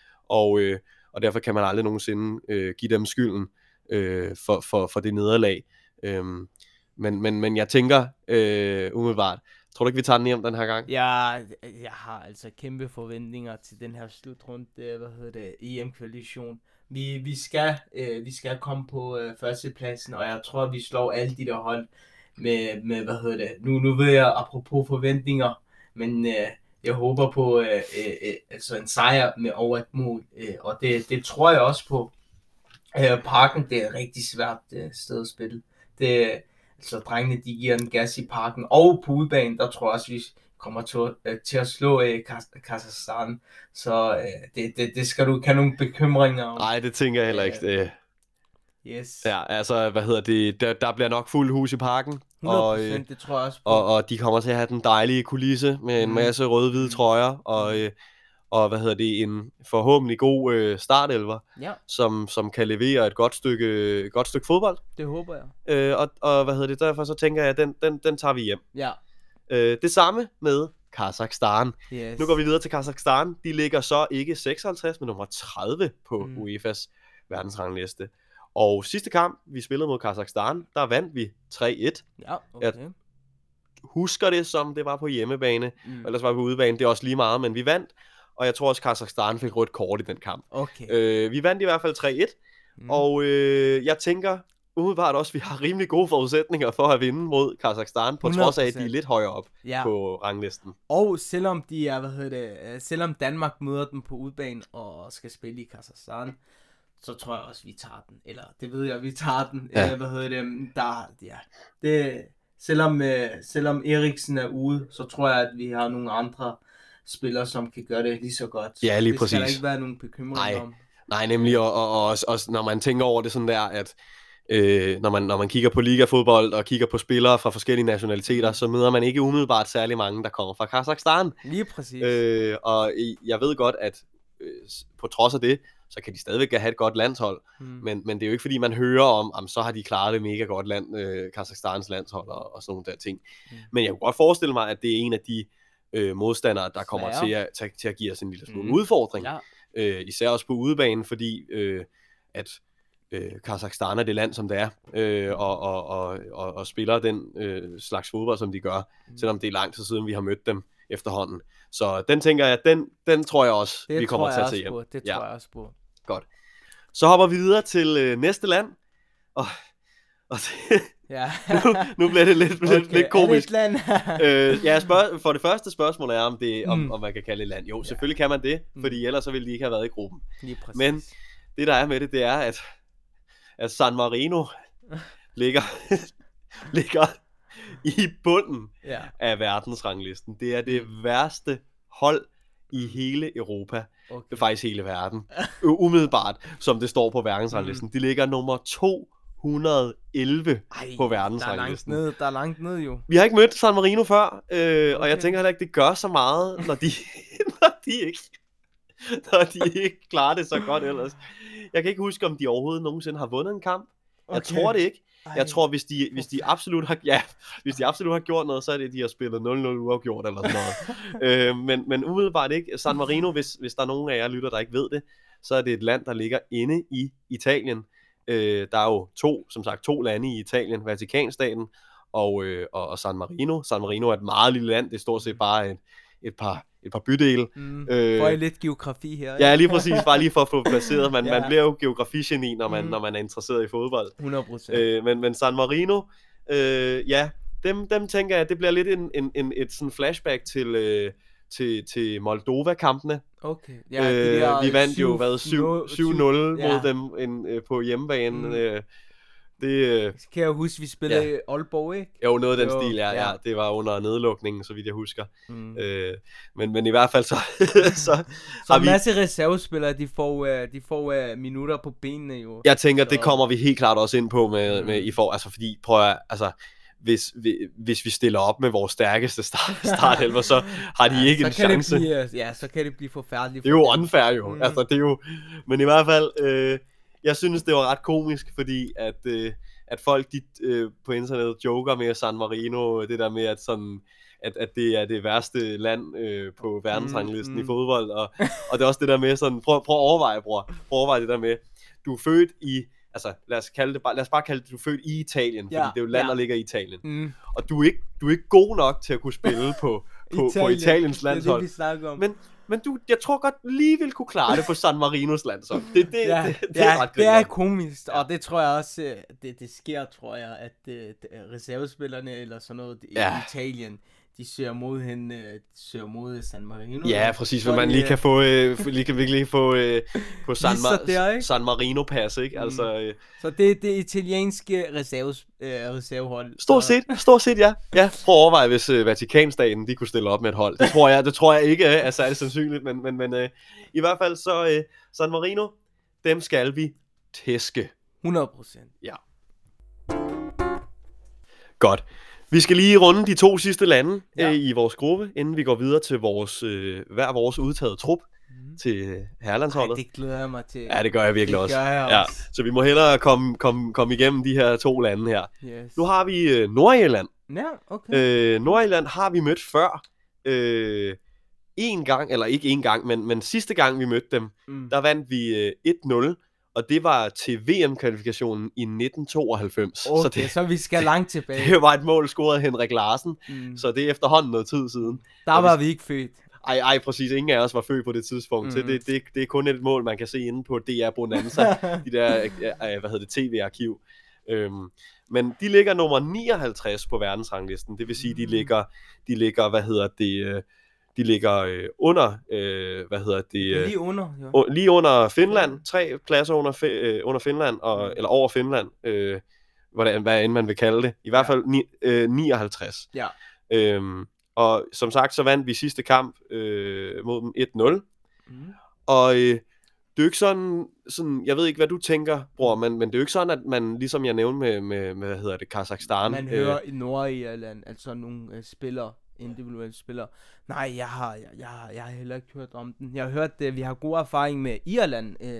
og øh, og derfor kan man aldrig nogensinde øh, give dem skylden øh, for for for det nederlag. Øhm, men men men jeg tænker øh, umiddelbart, tror du ikke vi tager den hjem den her gang? Ja, jeg har altså kæmpe forventninger til den her slutrunde, hvad hedder det, E M-kvalifikation. Vi, vi, skal, øh, vi skal komme på øh, førstepladsen, og jeg tror, vi slår alle de der hold med, med hvad hedder det, nu, nu ved jeg apropos forventninger, men øh, jeg håber på øh, øh, altså en sejr med over et mål, øh, og det, det tror jeg også på. Øh, Parken, det er et rigtig svært øh, sted at spille. Det, altså drengene, de giver den gas i Parken, og på udbanen, der tror jeg også, vi kommer til, øh, til at slå øh, Kazakhstan, så øh, det, det, det skal du ikke have nogle bekymringer om. Nej, det tænker jeg heller ikke. Det... Yes. Ja, altså, hvad hedder det, der, der bliver nok fuld hus i Parken. hundrede procent, og, øh, det tror jeg også på. Og, og de kommer til at have den dejlige kulisse med en mm. masse røde-hvide trøjer, og, øh, og hvad hedder det, en forhåbentlig god øh, startelver, ja. som, som kan levere et godt stykke, godt stykke fodbold. Det håber jeg. Øh, og, og hvad hedder det, derfor så tænker jeg, at den, den, den tager vi hjem. Ja. Øh, det samme med Kazakhstan. Yes. Nu går vi videre til Kazakhstan. De ligger så ikke seksoghalvtreds, men nummer tredive på mm. U E F A's verdensrangliste. Og sidste kamp, vi spillede mod Kazakhstan, der vandt vi tre et. Ja, okay. Jeg husker det, som det var på hjemmebane, mm. ellers var vi på udebane, det er også lige meget, men vi vandt. Og jeg tror også, Kazakhstan fik rødt kort i den kamp. Okay. Øh, vi vandt i hvert fald tre et, mm. og øh, jeg tænker umiddelbart også, at vi har rimelig gode forudsætninger for at vinde mod Kazakhstan, på hundrede procent. Trods af, at de er lidt højere op ja. på ranglisten. Og selvom de er, hvad hedder det, selvom Danmark møder dem på udebane og skal spille i Kazakhstan, så tror jeg også, vi tager den. Eller det ved jeg, vi tager den. Ja. Eller, hvad hedder det, der, ja. Det, selvom, øh, selvom Eriksen er ude, så tror jeg, at vi har nogle andre spillere, som kan gøre det lige så godt. Ja, lige det præcis. Det skal der ikke være nogen bekymring om. Nej, nemlig, og, og, og også, også når man tænker over det sådan der, at Øh, når, man, når man kigger på ligafodbold og kigger på spillere fra forskellige nationaliteter, så møder man ikke umiddelbart særlig mange, der kommer fra Kazakhstan. Lige præcis. Øh, og jeg ved godt, at øh, på trods af det, så kan de stadigvæk have et godt landshold, Mm. men, men det er jo ikke fordi, man hører om, om så har de klaret det mega godt land, øh, Kazakhstans landshold og, og sådan nogle der ting. Mm. Men jeg kunne godt forestille mig, at det er en af de øh, modstandere, der kommer til at, til, til at give os en lille smule mm. udfordring. Ja. Øh, især også på udebanen, fordi øh, at øh, Kazakhstan er det land, som det er, øh, og, og, og, og, og spiller den øh, slags fodbold, som de gør, mm. selvom det er lang tid siden, vi har mødt dem efterhånden. Så den tænker jeg, den, den tror jeg også, det vi kommer til at se hjem. Det tror ja. jeg også på. Godt. Så hopper vi videre til øh, næste land. Og, og det, ja. nu, nu bliver det lidt, okay. lidt, lidt komisk. Er det et land? øh, ja, spørg, for det første spørgsmål er, om, det, om, mm. om man kan kalde et land. Jo, selvfølgelig ja. kan man det, fordi mm. ellers så ville de ikke have været i gruppen. Men det der er med det, det er, at, at San Marino ligger, ligger i bunden ja. af verdensranglisten. Det er det værste hold i hele Europa. Okay. Det er faktisk hele verden. Umiddelbart, som det står på verdensranglisten. Mm. De ligger nummer to hundrede og elleve Ej, på verdensranglisten. Der er langt ned, der er langt ned jo. Vi har ikke mødt San Marino før, øh, okay. og jeg tænker heller ikke, det gør så meget, når de, når de ikke når de ikke klarer det så godt ellers. Jeg kan ikke huske, om de overhovedet nogensinde har vundet en kamp. Okay. Jeg tror det ikke. Ej. Jeg tror, hvis de, hvis de absolut har, ja, hvis de absolut har gjort noget, så er det, at de har spillet nul nul uafgjort eller sådan noget. øh, men, men umiddelbart ikke. San Marino, hvis, hvis der er nogen af jer lytter, der ikke ved det, så er det et land, der ligger inde i Italien. Øh, der er jo to, som sagt, to lande i Italien, Vatikanstaten og, øh, og, og San Marino. San Marino er et meget lille land, det er stort set bare et, et par et par bydele. Mm, øh, får I lidt geografi her? Ja, lige præcis, bare lige for at få placeret. Man, ja. man bliver jo geografigeni, når man, mm. når man er interesseret i fodbold. hundrede procent. Øh, men, men San Marino, øh, ja, dem, dem tænker jeg, det bliver lidt en, en, en, et sådan flashback til, øh, til, til Moldova-kampene. Okay. Ja, øh, der vi vandt syv, jo været syv nul ja. mod dem en, øh, på hjemmebane. Mm. Øh, Det, øh, kan jeg huske, vi spillede ja. Aalborg, ikke? Jo, noget af den jo, stil, ja, ja. ja. Det var under nedlukningen, så vidt jeg husker. Mm. Øh, men, men i hvert fald så... så så en masse vi... reservespillere, de får, uh, de får uh, minutter på benene jo. Jeg tænker, så... det kommer vi helt klart også ind på med, mm. med I får, altså fordi, prøv at, altså... Hvis vi, hvis vi stiller op med vores stærkeste start, starthelver, så har de ja, ikke en chance. Blive, ja, så kan det blive forfærdeligt. Det er jo unfair jo. Mm. Altså, det er jo... Men i hvert fald... Øh, jeg synes, det var ret komisk, fordi at, øh, at folk de, øh, på internettet joker med San Marino, det der med, at, sådan, at, at det er det værste land øh, på verdensranglisten mm, mm. i fodbold, og, og det er også det der med, sådan, prøv, prøv at overveje, bror, prøv at overveje det der med, du er født i, altså lad os, kalde det bare, lad os bare kalde det, du er født i Italien, fordi ja, det er jo land, ja. der ligger i Italien, mm. og du er, ikke, du er ikke god nok til at kunne spille på, på, på Italiens landshold, det, det, vi snakker om. Men Men du, jeg tror godt lige vil kunne klare det på San Marinos landshold. Det, det, ja, det, det, ja, er ret det er komisk, og det tror jeg også, det, det sker, tror jeg, at det, reservespillerne eller sådan noget i ja. Italien, de søger mod hende, de søger mod San Marino. Ja, præcis, for man lige kan få, øh, lige kan virkelig få øh, på San, Ma- der, San Marino pas, ikke? Mm. Altså, øh. Så det er det italienske reserves, øh, reservehold. Stort set, stort set, ja. Ja, prøv at overveje, hvis øh, Vatikanstaten, de kunne stille op med et hold. Det tror jeg, det tror jeg ikke er særlig sandsynligt, men, men, men øh, i hvert fald så øh, San Marino, dem skal vi tæske. hundrede procent. Ja. Godt. Vi skal lige runde de to sidste lande ja. øh, i vores gruppe, inden vi går videre til vores øh, hver vores udtaget trup mm. til herrelandsholdet. Ej, det glæder jeg mig til. Ja, det gør jeg virkelig det også. Gør jeg ja. også. Så vi må hellere komme, komme, komme igennem de her to lande her. Yes. Nu har vi øh, Nordirland. Ja, okay. Øh, Nordirland har vi mødt før. Øh, en gang, eller ikke en gang, men, men sidste gang vi mødte dem, mm. der vandt vi øh, et nul. Og det var til V M-kvalifikationen i nitten tooghalvfems. Okay, så, det, så vi skal langt tilbage. Det var et mål scoret af Henrik Larsen, mm. så det er efterhånden noget tid siden. Der var vi ikke født. Ej, ej, præcis. Ingen af os var født på det tidspunkt. Mm. Så det, det, det er kun et mål, man kan se inde på D R Bonanza, de der, hvad hedder det, T V-arkiv. Øhm, men de ligger nummer nioghalvtreds på verdensranglisten. Det vil sige, de ligger, de ligger, hvad hedder det... De ligger øh, under, øh, hvad hedder det? Øh, lige under, jo. O- lige under Finland, tre pladser under, fi- øh, under Finland, og, eller over Finland, øh, hvordan, hvad end man vil kalde det. I hvert fald ni, øh, nioghalvtreds. Ja. Øhm, og som sagt, så vandt vi sidste kamp øh, mod dem et nul. Mm. Og øh, det er jo ikke sådan, sådan, jeg ved ikke, hvad du tænker, bror, men, men det er jo ikke sådan, at man, ligesom jeg nævnte med, med, med hvad hedder det, Kazakhstan. Man hører øh, i Nordirland, altså nogle øh, spillere, individuelle spillere. Nej, jeg har, jeg, jeg, har, jeg har heller ikke hørt om den. Jeg har hørt, at vi har god erfaring med Irland. Øh,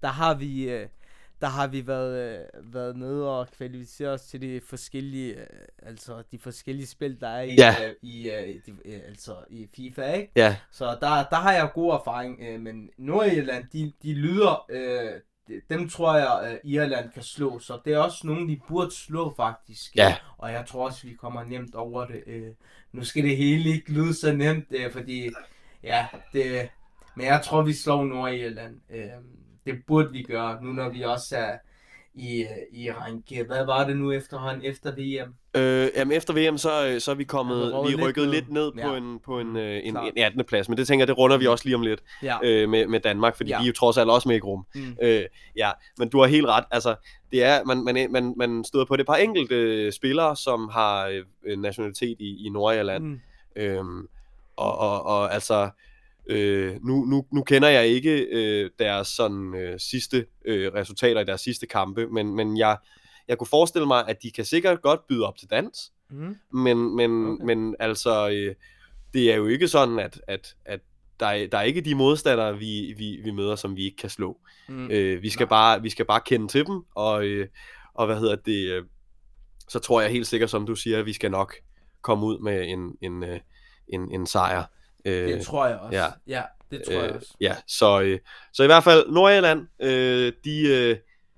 der har vi, øh, der har vi været, øh, været nede og kvalificeret os til de forskellige, øh, altså de forskellige spil, der er i, Ja. øh, i, øh, de, øh, altså i FIFA, ikke? Ja, Så der, der har jeg god erfaring, øh, men Nordirland, de, de lyder, øh, de- dem tror jeg, øh, Irland kan slå, så det er også nogen, de burde slå faktisk. Ja. Og jeg tror også, vi kommer nemt over det. Øh, nu skal det hele ikke lyde så nemt, øh, fordi, ja, det, men jeg tror, vi slår Nordirland. Øh, det burde vi gøre, nu når vi også er i, i rank. Hvad var det nu efterhånden efter V M? Øh, jamen efter V M, så, så er vi kommet, Ja, vi er lidt rykket ned. lidt ned på Ja. en, på en, øh, en, Klart. en attende plads, men det tænker jeg, det runder vi også lige om lidt Ja. øh, med, med Danmark, fordi Ja. vi er jo trods alt også med i gruppen. Mm. Øh, ja, men du har helt ret, altså, det er, man, man, man, man støder på det par enkelte øh, spillere, som har øh, nationalitet i, i Nordirland, Mm. øhm, og, og, og altså, øh, nu, nu, nu kender jeg ikke øh, deres sådan øh, sidste øh, resultater i deres sidste kampe, men, men jeg, jeg kunne forestille mig, at de kan sikkert godt byde op til dans, Mm. men, men, Okay. men altså, øh, det er jo ikke sådan, at, at, at der, er, der er ikke de modstandere, vi, vi, vi møder, som vi ikke kan slå. Mm. Øh, vi, skal Nej. bare, vi skal bare kende til dem, og, øh, og hvad hedder det, øh, så tror jeg helt sikkert, som du siger, at vi skal nok komme ud med en, en, øh, en, en sejr. Øh, Det tror jeg også. ja. Ja, det tror jeg øh, også. Ja, så, øh, så i hvert fald Nordirland, øh, de, øh,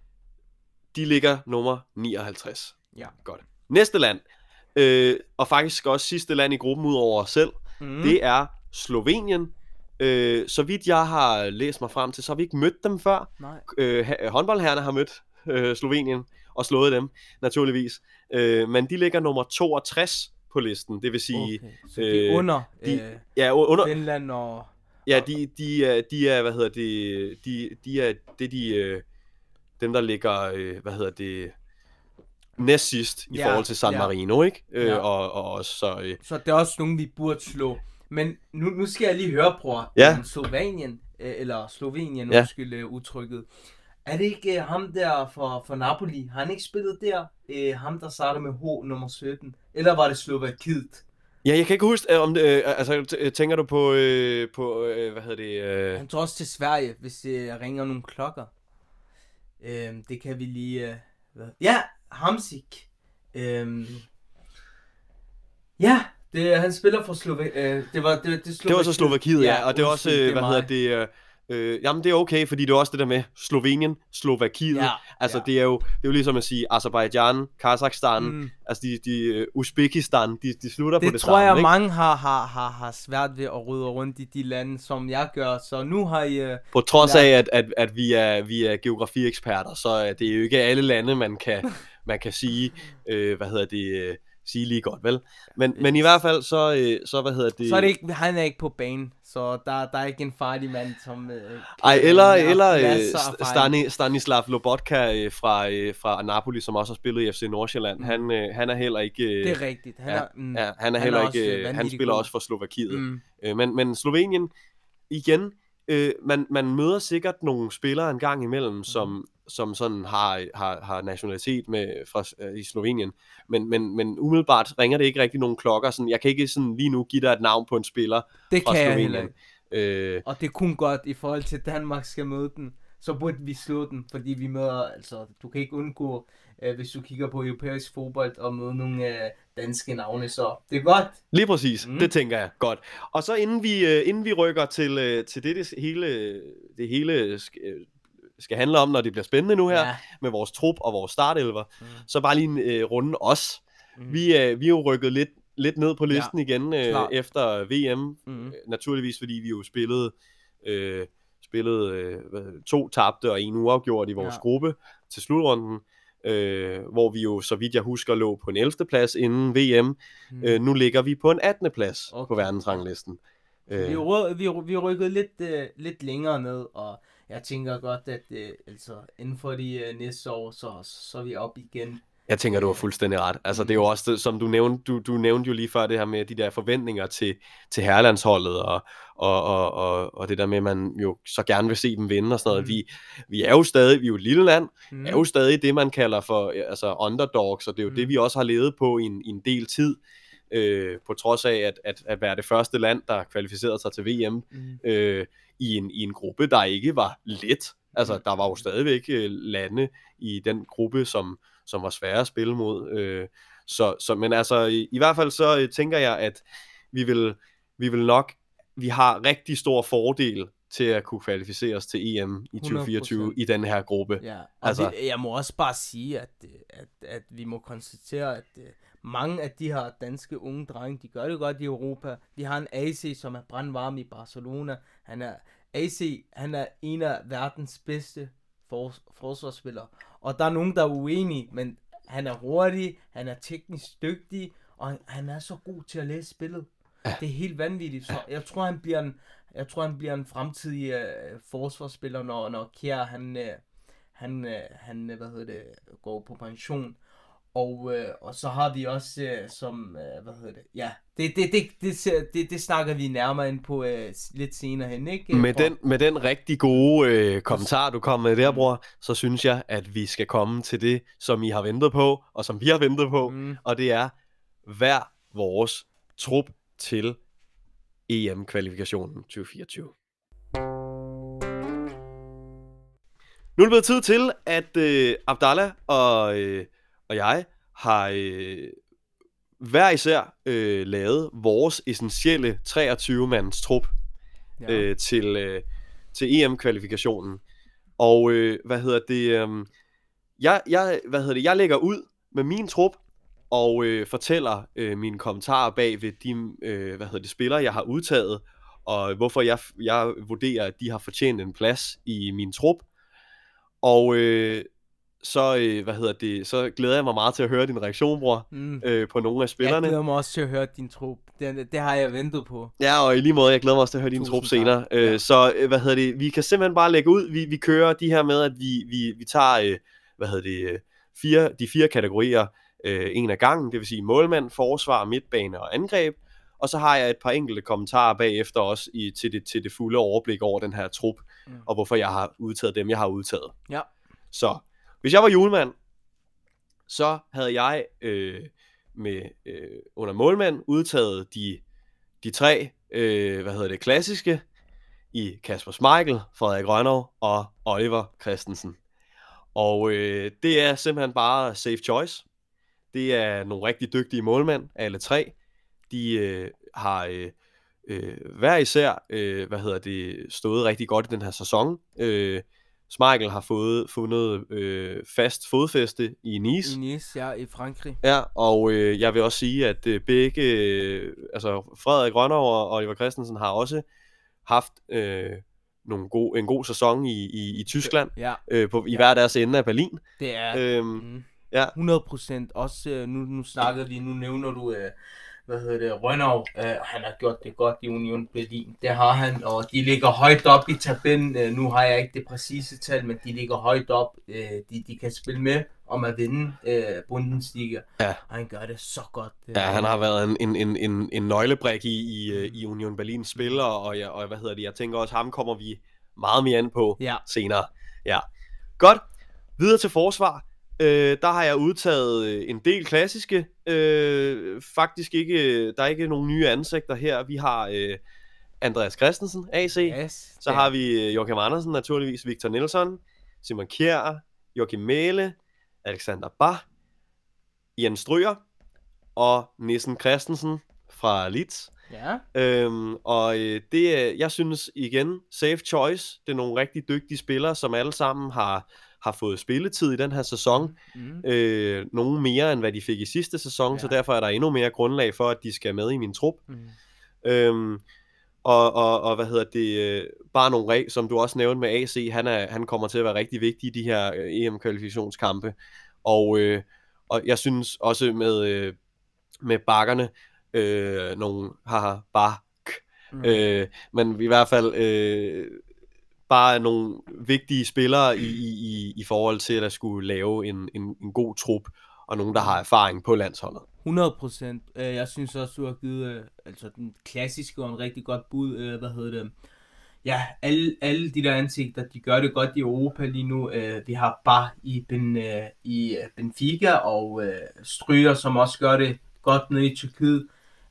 de ligger nummer nioghalvtreds. Ja. Godt. Næste land, øh, og faktisk også sidste land i gruppen ud over os selv, Mm. mm. det er Slovenien. Øh, så vidt jeg har læst mig frem til, så har vi ikke mødt dem før. Nej. Øh, ha- håndboldherrerne har mødt øh, Slovenien og slået dem, naturligvis. Øh, men de ligger nummer toogtres på listen, det vil sige... Okay. Så de er øh, under de- øh, Ja, under, Finland og... ja de, de, er, de er, hvad hedder det, de, de er, det er de, øh, dem der ligger, øh, hvad hedder det, næst sidst i Ja, forhold til San ja. Marino, ikke? Øh, Ja. og, og også så... Øh, Så det er også nogen, vi burde slå. Men nu, nu skal jeg lige høre, bror. Ja. Øhm, Slovenien, øh, eller Slovenien, Ja. undskyld øh, udtrykket. Er det ikke øh, ham der for, for Napoli? Har han ikke spillet der? Øh, ham, der starter med H nummer sytten? Eller var det Slovakiet? Ja, jeg kan ikke huske, øh, om det, øh, altså t- tænker du på, øh, på øh, hvad hedder det, øh, Han tog også til Sverige, hvis det ringer nogle klokker. Øh, det kan vi lige... Øh, hvad? Ja, Hamsik. Øh, ja, det, han spiller for Slova- øh, det var det, det, det var så Slovakiet, ja, og det er også, undskyld, øh, det er hvad hedder mig. det, øh, øh, jamen det er okay, fordi det er også det der med Slovenien, Slovakiet, Ja, altså ja. det er jo, det er jo ligesom at sige Azerbaijan, Kazakhstan, Mm. altså de, de uh, Uzbekistan, de, de slutter på Det det tror samme, jeg, ikke? mange har, har, har, har svært ved at rydde rundt i de lande, som jeg gør. Så nu har I... Uh, På trods Ja. af, at, at, at vi, er, vi er geografieksperter, så er det jo ikke alle lande, man kan, man kan sige, øh, hvad hedder det, øh, sige lige godt, vel? Men, men i hvert fald, så, øh, så hvad hedder det... så er det ikke, han er ikke på banen, så der, der er ikke en farlig mand, som... Uh, Ej, eller, eller øh, masser af erfaring. Stani, Stanislav Lobotka øh, fra, øh, fra Napoli, som også har spillet i F C Nordsjælland, Mm. han, øh, han er heller ikke... Øh, Det er rigtigt. Han ja, er, mm, ja, han er heller også, ikke... øh, Øh, han vanvittig spiller god. også for Slovakiet. Mm. Øh, men, men Slovenien, igen, øh, man, man møder sikkert nogle spillere en gang imellem, som, som sådan har, har, har nationalitet med, fra, øh, i Slovenien. Men, men, men umiddelbart ringer det ikke rigtig nogen klokker. Sådan, jeg kan ikke sådan lige nu give dig et navn på en spiller Det fra kan jeg Slovenien. heller ikke. Øh, Og det er kun godt i forhold til, at Danmark skal møde den. Så burde vi slå den, fordi vi møder, altså, du kan ikke undgå, øh, hvis du kigger på europæisk fodbold, og møde nogle øh, danske navne, så det er godt. Lige præcis, Mm. mm. det tænker jeg godt. Og så inden vi, øh, inden vi rykker til, øh, til det, det hele, det hele skal, skal handle om, når det bliver spændende nu her, Ja. med vores trup og vores startelver, Mm. så bare lige en øh, runde os. Mm. Vi, øh, vi er jo rykket lidt, lidt ned på listen ja, igen øh, klart. efter V M. Mm. Øh, naturligvis, fordi vi jo spillede, øh, spillede øh, hvad, to tabte og en uafgjort i vores Ja. gruppe til slutrunden. Øh, hvor vi jo, så vidt jeg husker, lå på en ellevte plads inden V M. Mm. Øh, nu ligger vi på en attende plads Okay. på verdensranglisten. Vi, Øh, ry- vi, vi rykkede lidt, øh, lidt længere ned, og jeg tænker godt, at øh, altså, inden for de øh, næste år, så, så er vi op igen. jeg tænker, du har fuldstændig ret. Altså, det er jo også, det, som du nævnte, du, du nævnte jo lige før det her med de der forventninger til, til herrelandsholdet, og, og, og, og, og det der med, at man jo så gerne vil se dem vinde og sådan noget. Mm. Vi, vi er jo stadig, vi er jo et lille land, Mm. er jo stadig det, man kalder for altså underdogs, og det er jo Mm. det, vi også har levet på i en, i en del tid, øh, på trods af at, at, at være det første land, der kvalificerede sig til V M, Mm. øh, i, en, i en gruppe, der ikke var let. Altså, der var jo stadigvæk øh, lande i den gruppe, som, som var svære at spille mod. Øh, så, så, men altså, i, i hvert fald så øh, tænker jeg, at vi vil, vi vil nok, vi har rigtig stor fordel til at kunne kvalificere os til E M i tyve fireogtyve i den her gruppe. Ja, og altså, det, jeg må også bare sige, at, at, at vi må konstatere, at mange af de her danske unge drenge, de gør det godt i Europa. Vi har en A C, som er brandvarm i Barcelona. Han er, A C, han er en af verdens bedste for, forsvarsspillere. Og der er nogen, der er uenige, men han er hurtig, han er teknisk dygtig, og han, han er så god til at læse spillet. Ja. Det er helt vanvittigt. Så jeg tror, han bliver en, jeg tror, han bliver en fremtidig uh, forsvarsspiller, når, når Kjær, han, uh, han, uh, han hvad hedder det, går på pension. Og, uh, og så har vi også uh, som, uh, hvad hedder det, ja, det, det, det, det, det, det snakker vi nærmere ind på uh, lidt senere hen, ikke? Med den, med den rigtig gode øh, kommentar, du kom med der, bror, så synes jeg, at vi skal komme til det, som I har ventet på, og som vi har ventet på, mm. og det er hver vores trup til E M-kvalifikationen tyve fireogtyve. Nu er det blevet tid til, at øh, Abdallah og, øh, og jeg har øh, hver især øh, lavet vores essentielle treogtyve-mands trup ja. øh, til, øh, til E M-kvalifikationen. Og øh, hvad hedder det? Øh, jeg, jeg, hvad hedder det? Jeg lægger ud med min trup og øh, fortæller øh, mine kommentarer bag ved de øh, hvad hedder det, spillere, jeg har udtaget, og hvorfor jeg, jeg vurderer, at de har fortjent en plads i min trup. Og øh, så, øh, hvad hedder det, så glæder jeg mig meget til at høre din reaktion, bror, mm. øh, på nogle af spillerne. Jeg glæder mig også til at høre din trup. Det, det har jeg ventet på. Ja, og i lige måde, jeg glæder mig også til at høre din trup senere. Øh, ja. Så, øh, hvad hedder det, vi kan simpelthen bare lægge ud. Vi, vi kører de her med, at vi, vi, vi tager, øh, hvad hedder det, fire, de fire kategorier, øh, en af gangen, det vil sige målmand, forsvar, midtbane og angreb. Og så har jeg et par enkelte kommentarer bagefter også i, til, det, til det fulde overblik over den her trup, mm. og hvorfor jeg har udtaget dem, jeg har udtaget. Ja. Så, hvis jeg var julemand, så havde jeg øh, med øh, under målmand udtaget de, de tre, øh, hvad hedder det, klassiske, i Kasper Schmeichel, Frederik Rønnow og Oliver Christensen. Og øh, det er simpelthen bare safe choice. Det er nogle rigtig dygtige målmænd, alle tre. De øh, har øh, øh, hver især øh, hvad hedder det, stået rigtig godt i den her sæson. Øh, Schmeichel har fået fundet øh, fast fodfæste i Nice. I Nice, ja, i Frankrig. Ja, og øh, jeg vil også sige, at øh, begge, øh, altså Frederik Rønnow og Oliver Christensen har også haft øh, nogle gode, en god sæson i, i, i Tyskland, ja. øh, på, i ja. hver deres ende af Berlin. Det er øhm, mm, ja. hundrede procent. Også øh, nu, nu snakker vi, nu nævner du, øh, hvad hedder det, Rønnow, øh, han har gjort det godt i Union Berlin. Det har han, og de ligger højt op i tabellen. Øh, nu har jeg ikke det præcise tal, men de ligger højt op. Øh, de, de kan spille med om at vinde øh, Bundesliga. Ja. Og han gør det så godt. Ja, han har været en, en, en, en, en nøglebrik i, i, i Union Berlins spiller, og, jeg, og hvad hedder det, jeg tænker også, ham kommer vi meget mere ind på ja. senere. Ja. Godt. Videre til forsvar. Øh, der har jeg udtaget en del klassiske. Øh, faktisk ikke, der er ikke nogen nye ansigter her. Vi har øh, Andreas Christensen, A C. Yes, Så har vi Joachim Andersen, naturligvis Victor Nilsson, Simon Kjær, Joachim Mæhle, Alexander Bach, Jens Stryger og Nissen Christensen fra Leeds. Ja. Øhm, og øh, det er, jeg synes igen, safe choice. Det er nogle rigtig dygtige spillere, som alle sammen har, har fået spilletid i den her sæson. Mm. Øh, nogle mere, end hvad de fik i sidste sæson, ja. Så derfor er der endnu mere grundlag for, at de skal med i min trup. Mm. Øhm, og, og, og hvad hedder det, bare nogle regler, som du også nævnte med A C, han, er, han kommer til at være rigtig vigtig i de her E M-kvalifikationskampe. Og, øh, og jeg synes også med, øh, med bakkerne, øh, nogle, haha, bak, mm. øh, men i hvert fald øh, bare nogle vigtige spillere i, i, i forhold til at skulle lave en, en, en god trup, og nogen, der har erfaring på landsholdet. hundrede procent. Jeg synes også, du har givet altså den klassiske og en rigtig godt bud, hvad hedder det, ja, alle, alle de der ansigter, de gør det godt i Europa lige nu. Vi har bare i, ben, i Benfica og Stryger, som også gør det godt nede i Tyrkiet.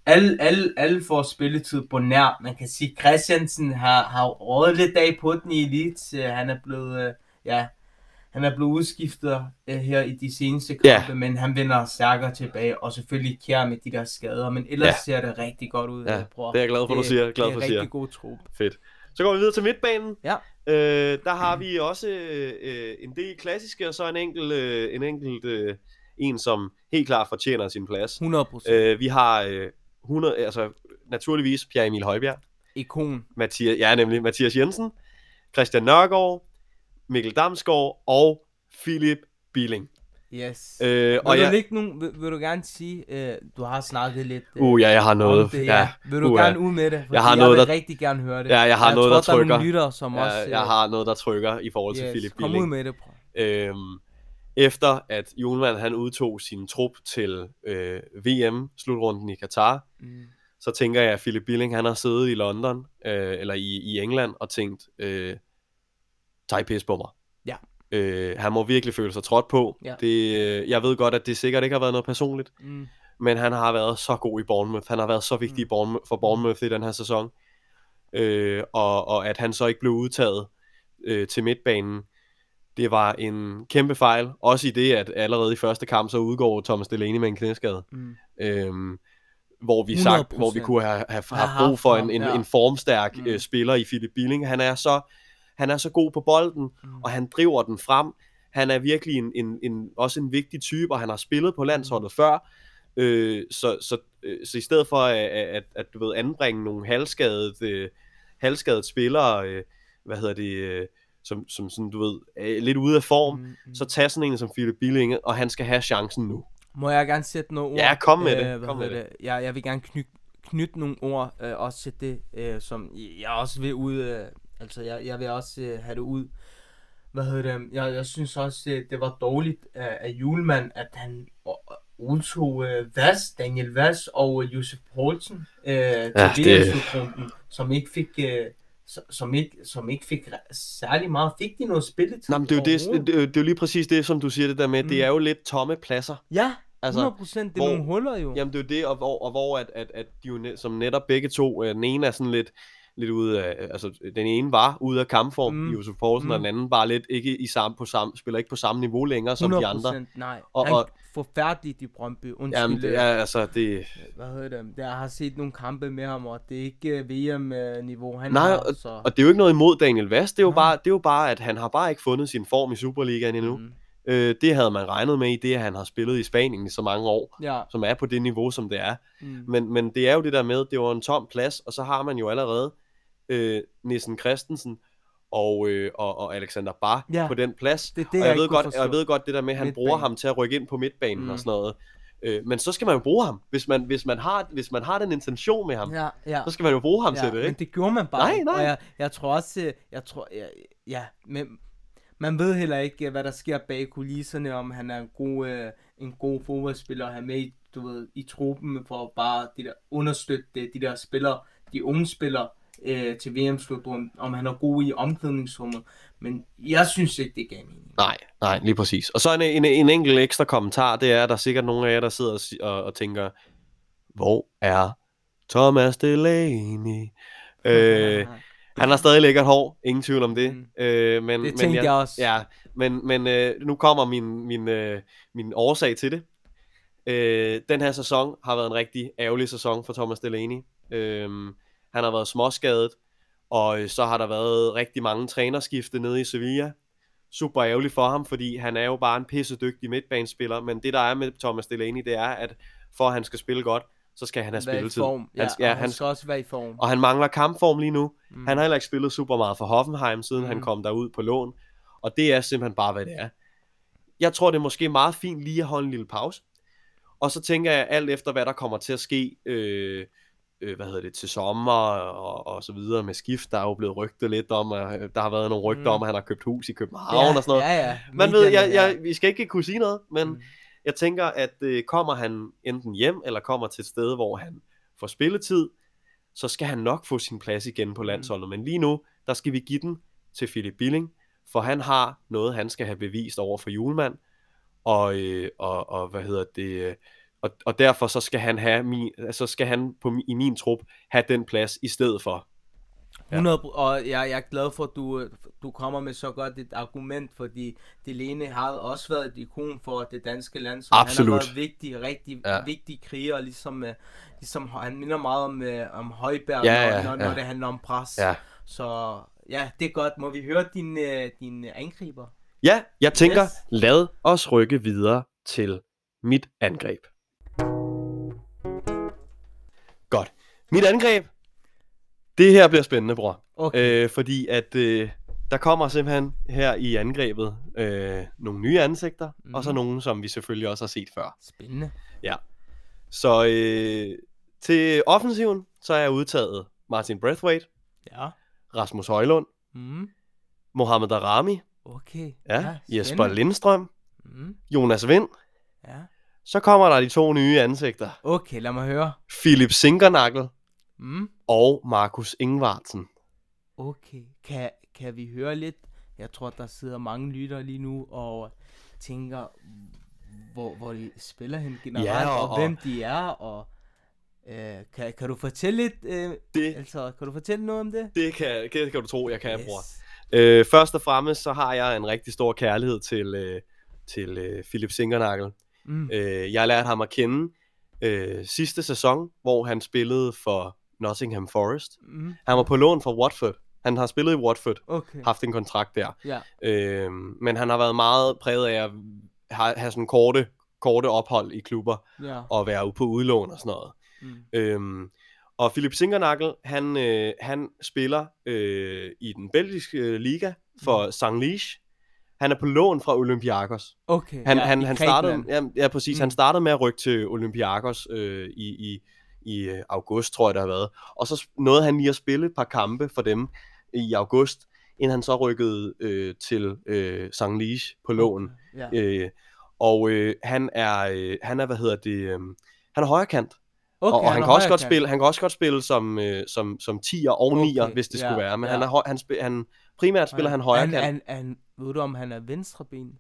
alle, alle, alle får spilletid på nær. Man kan sige, Christiansen har, har rådet lidt af på den i Elite. Han er blevet, øh, ja, han er blevet udskiftet øh, her i de seneste kampe, Ja. men han vender stærkere tilbage, og selvfølgelig Kjær med de der skader, men ellers Ja. ser det rigtig godt ud, Ja, øh, bror. det er jeg glad for, du siger. Glad det for, er du siger. rigtig god trup. Fedt. Så går vi videre til midtbanen. Ja. Øh, der har vi også øh, en del klassiske, og så en enkelt, øh, en, enkelt øh, en, som helt klart fortjener sin plads. hundrede procent. Øh, vi har øh, hundrede, altså naturligvis Pierre Emil Højbjerg. Ikon. Mathias, ja, nemlig Mathias Jensen, Christian Nørgaard, Mikkel Damsgaard og Philip Billing. Yes. Øh, vil, og du jeg, ikke nogen, vil, vil du gerne sige, øh, du har snakket lidt øh, uh, ja, jeg har noget. om det, ja. ja. Vil du uh, gerne ud med det? Fordi jeg har jeg noget, vil der, rigtig gerne høre det. Ja, jeg har jeg noget, tror, der der er trykker. nogle lytter, som ja, også... Øh, jeg har noget, der trykker i forhold til yes, Philip kom Billing. ud med det, bror. Øhm, efter at Julemand han udtog sin trup til øh, V M-slutrunden i Katar, Mm. så tænker jeg, at Philip Billing han har siddet i London, øh, eller i, i England, og tænkt, øh, tag pis på mig. Ja. Øh, han må virkelig føle sig trådt på. Ja. Det, øh, jeg ved godt, at det sikkert ikke har været noget personligt, Mm. men han har været så god i Bournemouth. Han har været så vigtig Mm. i Bournemouth, for Bournemouth i den her sæson. Øh, og, og at han så ikke blev udtaget øh, til midtbanen, det var en kæmpe fejl. Også i det, at allerede i første kamp, så udgår Thomas Delaney med en knæskade. Mm. Øhm, hvor vi hundrede sagt, procent. hvor vi kunne have, have Have haft brug for en, en, ja. en formstærk Mm. øh, spiller i Philip Billing. Han er så han er så god på bolden, Mm. og han driver den frem. Han er virkelig en, en, en også en vigtig type, og han har spillet på landsholdet mm. før. Øh, så, så, øh, så i stedet for at, at, at du ved anbringe nogle halvskadede øh, halvskadede spillere, øh, hvad hedder det, øh, som som sådan du ved er lidt ude af form, mm. Mm. så tag sådan en som Philip Billing, og han skal have chancen nu. Må jeg gerne sætte nogle ord? Ja, kom med øh, det. Kom med det. det. Jeg, jeg vil gerne knytte knyt nogle ord øh, også til det, øh, som jeg også vil ud. Øh, altså, jeg, jeg vil også øh, have det ud. Hvad hedder det? Jeg, jeg synes også, det, det var dårligt af, af Julemand, at han udtog øh, Vas, Daniel Vas og øh, Josef Poulsen øh, til ja, V M-slutrunden, som ikke fik... Øh, som ikke, som ikke fik særlig meget. Fik de noget spilletid? Nej, men det er, jo det, det, det er jo lige præcis det, som du siger det der med, mm. det er jo lidt tomme pladser. Ja, altså, hundrede procent, det er hvor, nogle huller jo. Jamen det er jo det, og hvor, og hvor at, at, at de jo net, som netop begge to, den ene er sådan lidt, lidt ude af, altså den ene var ude af kampform, mm. Josef Poulsen, mm. og den anden bare lidt ikke i samme, på samme, spiller ikke på samme niveau længere som de andre. Nej, og, han og, forfærdeligt i Brøndby, undskyld. Jamen det er altså, det... Hvad hedder det? Jeg har set nogle kampe med ham, og det er ikke V M-niveau, han Nej, har. og, så... og det er jo ikke noget imod Daniel Vast, det er jo, bare, det er jo bare, at han har bare ikke fundet sin form i Superligaen endnu. Mm. Øh, det havde man regnet med i det, at han har spillet i Spanien i så mange år, ja. som er på det niveau, som det er. Mm. Men, men det er jo det der med, det var en tom plads, og så har man jo allerede øh, Nissen Christensen og, øh, og, og Alexander Bach ja. på den plads. Det er det, og jeg, jeg ved godt, jeg ved godt det der med, at han midtbanen. bruger ham til at rykke ind på midtbanen mm. og sådan noget. Øh, men så skal man jo bruge ham. Hvis man, hvis man, har, hvis man har den intention med ham, ja, ja. så skal man jo bruge ham ja, til det, ikke? Men det gjorde man bare nej, nej. Og jeg, jeg tror også, jeg tror, ja, ja men man ved heller ikke, hvad der sker bag kulisserne, om han er en god, øh, en god fodboldspiller, og have med i, du ved, i truppen for bare de der, understøtte de der spillere, de unge spillere øh, til V M-slutrunden, om han er god i omklædningsrummet. Men jeg synes ikke, det gav mening. Nej, nej, lige præcis. Og så en, en, en enkelt ekstra kommentar, det er, at der er sikkert nogle af jer, der sidder og, og, og tænker, hvor er Thomas Delaney? øh, han har stadig lækkert hår, ingen tvivl om det. Mm. Øh, men, det tænkte men jeg, jeg også. Ja, men, men øh, nu kommer min, min, øh, min årsag til det. Øh, den her sæson har været en rigtig ærgerlig sæson for Thomas Delaney. Øh, han har været småskadet, og så har der været rigtig mange trænerskifte nede i Sevilla. Super ærgerligt for ham, fordi han er jo bare en pissedygtig midtbanespiller, men det der er med Thomas Delaney, det er, at for at han skal spille godt, så skal han have spilletid. Ja, han, skal, ja, han, han skal også være i form. Og han mangler kampform lige nu. Mm. Han har heller ikke spillet super meget for Hoffenheim, siden mm. han kom derud på lån. Og det er simpelthen bare, hvad det er. Jeg tror, det er måske meget fint lige at holde en lille pause. Og så tænker jeg alt efter, hvad der kommer til at ske, øh, øh, hvad hedder det, til sommer og, og så videre med skift. Der er jo blevet rygtet lidt om, at der har været nogle rygter mm. om, at han har købt hus i København ja, og sådan noget. Ja, ja. Man ved, jeg, jeg, vi skal ikke kunne sige noget, men mm. jeg tænker, at øh, kommer han enten hjem, eller kommer til et sted, hvor han får spilletid, så skal han nok få sin plads igen på landsholdet. Mm. Men lige nu, der skal vi give den til Philip Billing, for han har noget, han skal have bevist over for Julemand. Og, øh, og, og hvad hedder det, og, og derfor så skal han have min, så skal han på, i min trup have den plads i stedet for. hundrede og jeg, jeg er glad for, at du, du kommer med så godt et argument, fordi Delaney har også været et ikon for det danske land, så Absolut. han har været vigtig, rigtig Ja. vigtig kriger, ligesom, ligesom han minder meget om, om Højberg, Ja, ja, når, når, ja. når det handler om pres. Ja. Så ja, det er godt. Må vi høre din, din angriber? Ja, jeg tænker, Yes. lad os rykke videre til mit angreb. Godt. Mit angreb, det her bliver spændende, bror. Okay. Øh, fordi at øh, der kommer simpelthen her i angrebet øh, nogle nye ansigter, mm. og så nogle, som vi selvfølgelig også har set før. Spændende. Ja. Så øh, til offensiven, så er jeg udtaget Martin Braithwaite, Ja. Rasmus Højlund, Mm. Mohamed Darami, Okay. ja, ja Jesper Lindstrøm, Mm. Jonas Vind. Ja. Så kommer der de to nye ansigter. Okay, lad mig høre. Philip Sinkernagel Mm. og Markus Ingvartsen. Okay, kan, kan vi høre lidt? Jeg tror, der sidder mange lyttere lige nu og tænker, hvor, hvor de spiller hen generelt, Ja, og- og, og hvem de er, og øh, kan, kan du fortælle lidt, øh, Det, altså, kan du fortælle noget om det? det, kan, det kan du tro, jeg kan, bror. Øh, først og fremmest, så har jeg en rigtig stor kærlighed til, øh, til øh, Philip Sinkernagel. Mm. Øh, jeg lærte ham at kende øh, sidste sæson, hvor han spillede for Nottingham Forest. Mm. Han var på lån fra Watford. Han har spillet i Watford, Okay, haft en kontrakt der. ja. Øh, men han har været meget præget af at have, have sådan korte, korte ophold i klubber, Ja. og være ude på udlån og sådan noget. Mm. Øhm, og Philip Sinkernagel, han, øh, han spiller øh, i den belgiske øh, liga for Mm. Sanglish. Han er på lån fra Olympiakos. Okay, Han, ja, han, i han startede, Grækenland. ja, ja præcis, mm. han Mm. startede med at rykke til Olympiakos øh, i, i, i øh, august, tror jeg, det har været. Og så nåede han lige at spille et par kampe for dem i august, inden han så rykkede øh, til øh, Sanglish på lån. Okay, ja. Øh, og øh, han er, øh, han er, hvad hedder det, øh, han er højrekant. Okay, og, og han, er kan også godt højrekant. spille, han kan også godt spille som, øh, som, som tier og nier, Okay, hvis det ja, skulle være. Men ja. han er, høj- han, spil, han primært spiller han Han, højrekant. han, han, ved du, om han er venstreben?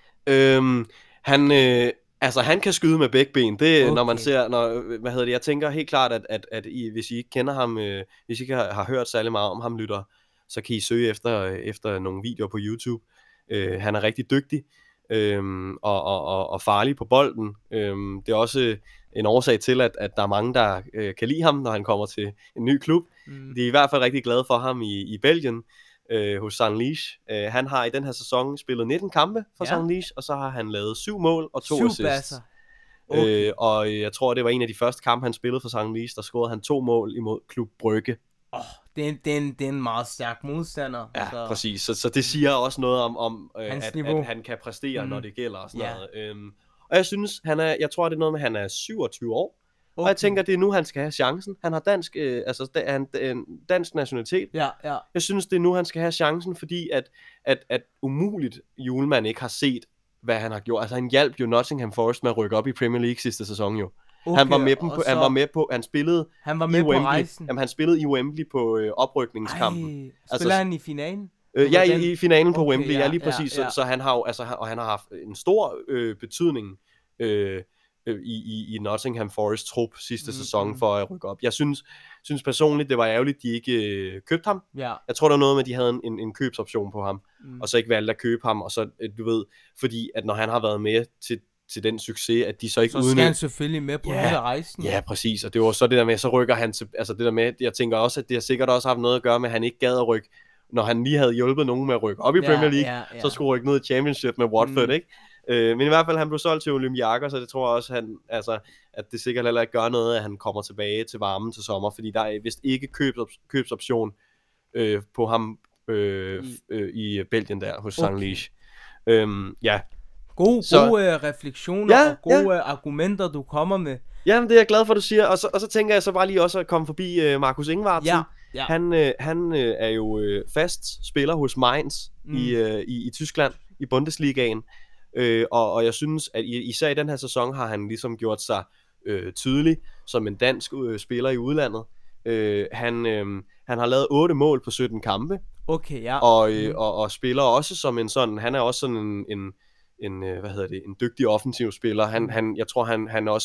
Øhm, han, øh, altså han kan skyde med begge ben. Det okay. Når man Okay. ser, når, hvad hedder det, jeg tænker helt klart, at, at, at I, hvis I ikke kender ham, øh, hvis I ikke har, har hørt særlig meget om ham, lytter, så kan I søge efter, øh, efter nogle videoer på YouTube. Øh, han er rigtig dygtig. Øhm, og, og, og, og farlig på bolden. Øhm, det er også en årsag til, at, at der er mange, der øh, kan lide ham, når han kommer til en ny klub. Mm. De er i hvert fald rigtig glade for ham i, i Belgien, øh, hos Sanglish. Øh, han har i den her sæson spillet nitten kampe for Ja. Sanglish, og så har han lavet syv mål og to Syv assists. basser. Okay. Øh, og jeg tror, det var en af de første kampe, han spillede for Sanglish, der scorede han to mål imod Klub Brygge. Oh, det, er en, det, er en, det er en meget stærk modstander. Ja, så. præcis. Så, så det siger også noget om, om øh, Hans at, niveau. at han kan præstere, Mm. når det gælder og sådan Ja. noget. Øhm, og jeg synes, han er, jeg tror, det er noget med, at han er syvogtyve år. Okay. Og jeg Okay. tænker, det er nu, han skal have chancen. Han har dansk, øh, altså, da, han, en dansk nationalitet. Ja, ja. Jeg synes, det er nu, han skal have chancen, fordi at, at, at umuligt Julemand ikke har set, hvad han har gjort. Altså, han hjalp jo Nottingham Forest med at rykke op i Premier League sidste sæson jo. Okay, Han var med dem og på, så- han var med på, han spillede Han var i med på Wembley. rejsen. Jamen, han spillede i Wembley på øh, oprykningskampen. Ej, spiller Altså, han i finalen? Øh, ja, Den- i, i finalen på Okay, Wembley, ja, ja, lige præcis. ja, ja. Så, så han har jo, altså, han, og han har haft en stor øh, betydning øh, øh, i, i, i Nottingham Forest trup sidste Mm, sæson mm. for at rykke op. Jeg synes, synes personligt, det var ærgerligt, de ikke øh, købte ham. Ja. Jeg tror, der var noget med, at de havde en, en, en købsoption på ham, Mm. og så ikke valgte at købe ham, og så, øh, du ved, fordi at når han har været med til, til den succes, at de så ikke Så skal udnytter. han selvfølgelig med på Ja, hele rejsen. Ja, præcis, og det var så det der med, så rykker han til, altså det der med, jeg tænker også, at det har sikkert også haft noget at gøre med, at han ikke gad at rykke, når han lige havde hjulpet nogen med at rykke op i Ja, Premier League, ja, ja. så skulle rykke ned i Championship med Watford, Mm. ikke? Øh, men i hvert fald, han blev solgt til Olympiakos, så det tror jeg også, han, altså, at det sikkert heller ikke gør noget, at han kommer tilbage til varmen til sommer, fordi der er vist ikke købsops- købsoption øh, på ham øh, I- øh, i Belgien der, hos Okay. Sanglish. Øhm, ja. Gode, Så- gode uh, refleksioner Ja, og gode uh, argumenter, du kommer med. Jamen, det er jeg glad for, du siger, og så, og så tænker jeg så bare lige også at komme forbi øh, Markus Ingvartsen. Ja, ja. Han, øh, han øh, er jo øh, fast spiller hos Mainz mm. i, øh, i, i Tyskland, i Bundesligaen. Øh, og, og jeg synes, at i, især i den her sæson har han ligesom gjort sig øh, tydelig som en dansk øh, spiller i udlandet. Øh, han, øh, han har lavet otte mål på sytten kampe, Okay, ja. og, øh, Mm. og, og spiller også som en sådan, han er også sådan en, en, en øh, hvad hedder det, en dygtig offensiv spiller. Han, han, jeg tror, han, han også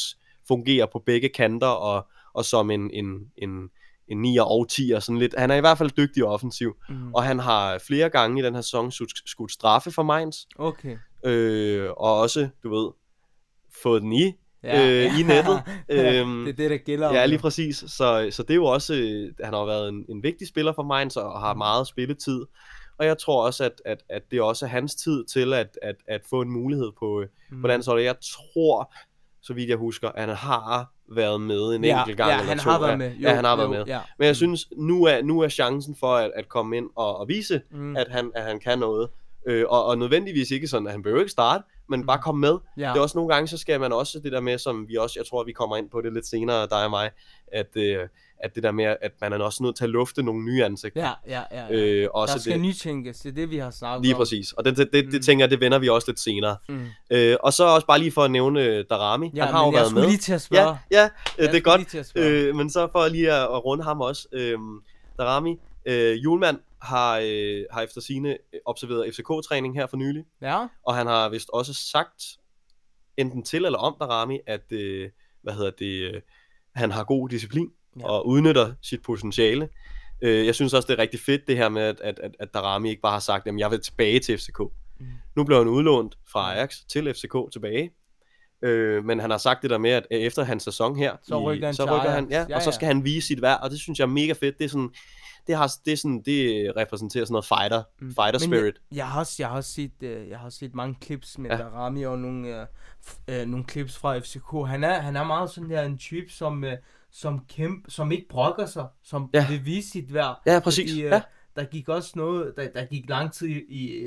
fungerer på begge kanter, og, og som en, en, en, en nier og tier, sådan lidt. Han er i hvert fald dygtig og offensiv, mm. og han har flere gange i den her sæson skudt straffe for Mainz. Okay. Øh, og også, du ved, fået den i, ja. øh, i nettet. øhm, det er det, der gælder. Ja, lige præcis. Så, så det er jo også, øh, han har været en, en vigtig spiller for Mainz, og har meget spilletid. Og jeg tror også, at, at, at det også er hans tid til at, at, at få en mulighed på, mm. på landsholdet. Jeg tror, så vidt jeg husker, at han har været med en ja, enkelt gang. Ja, han to. har været med. Jo, ja, han har været jo, med. Ja. Men jeg mm. synes, nu er, nu er chancen for at, at komme ind og, og vise, mm. at, han, at han kan noget. Øh, og, og nødvendigvis ikke sådan, at han behøver ikke starte, men mm. bare komme med. Ja. Det er også nogle gange, så skal man også det der med, som vi også, jeg tror, vi kommer ind på det lidt senere, dig og mig, at, øh, at det der med, at man er også nødt til at lufte nogle nye ansigter. Ja, ja, ja. ja. Øh, også der skal det, nytænkes, det er det, vi har snakket lige om. Lige præcis, og det, det, det, mm. det tænker jeg, det vender vi også lidt senere. Mm. Øh, og så også bare lige for at nævne Daramy, ja, han har jo været med. Ja, men jeg skulle lige til at spørge. Ja, ja øh, det er godt, øh, men så for lige at, at runde ham også, øh, Daramy, øh, Hjulmand, har, øh, har efter sine observeret F C K-træning her for nylig. Ja. Og han har vist også sagt, enten til eller om Daramy, at øh, hvad hedder det, øh, han har god disciplin, ja. og udnytter sit potentiale. Øh, jeg synes også, det er rigtig fedt det her med, at, at, at Daramy ikke bare har sagt, at jeg vil tilbage til F C K. Mm. Nu blev han udlånt fra Ajax til F C K tilbage. Øh, men han har sagt det der med, at efter hans sæson her, så rykker han, så rykker han ja, ja, og så skal han vise sit værd, og det synes jeg er mega fedt. Det er sådan, det har det er sådan, det repræsenterer sådan noget fighter, mm. fighter spirit. Jeg, jeg har også jeg har set uh, jeg har set mange clips med ja. Daramy og nogle uh, f- uh, nogle clips fra F C K. Han er han er meget sådan der en type som uh, som kæmpe, som ikke brokker sig, som ja. vil vise sit værd. Ja, præcis. Fordi, uh, ja. Der gik også noget, der, der gik lang tid i i,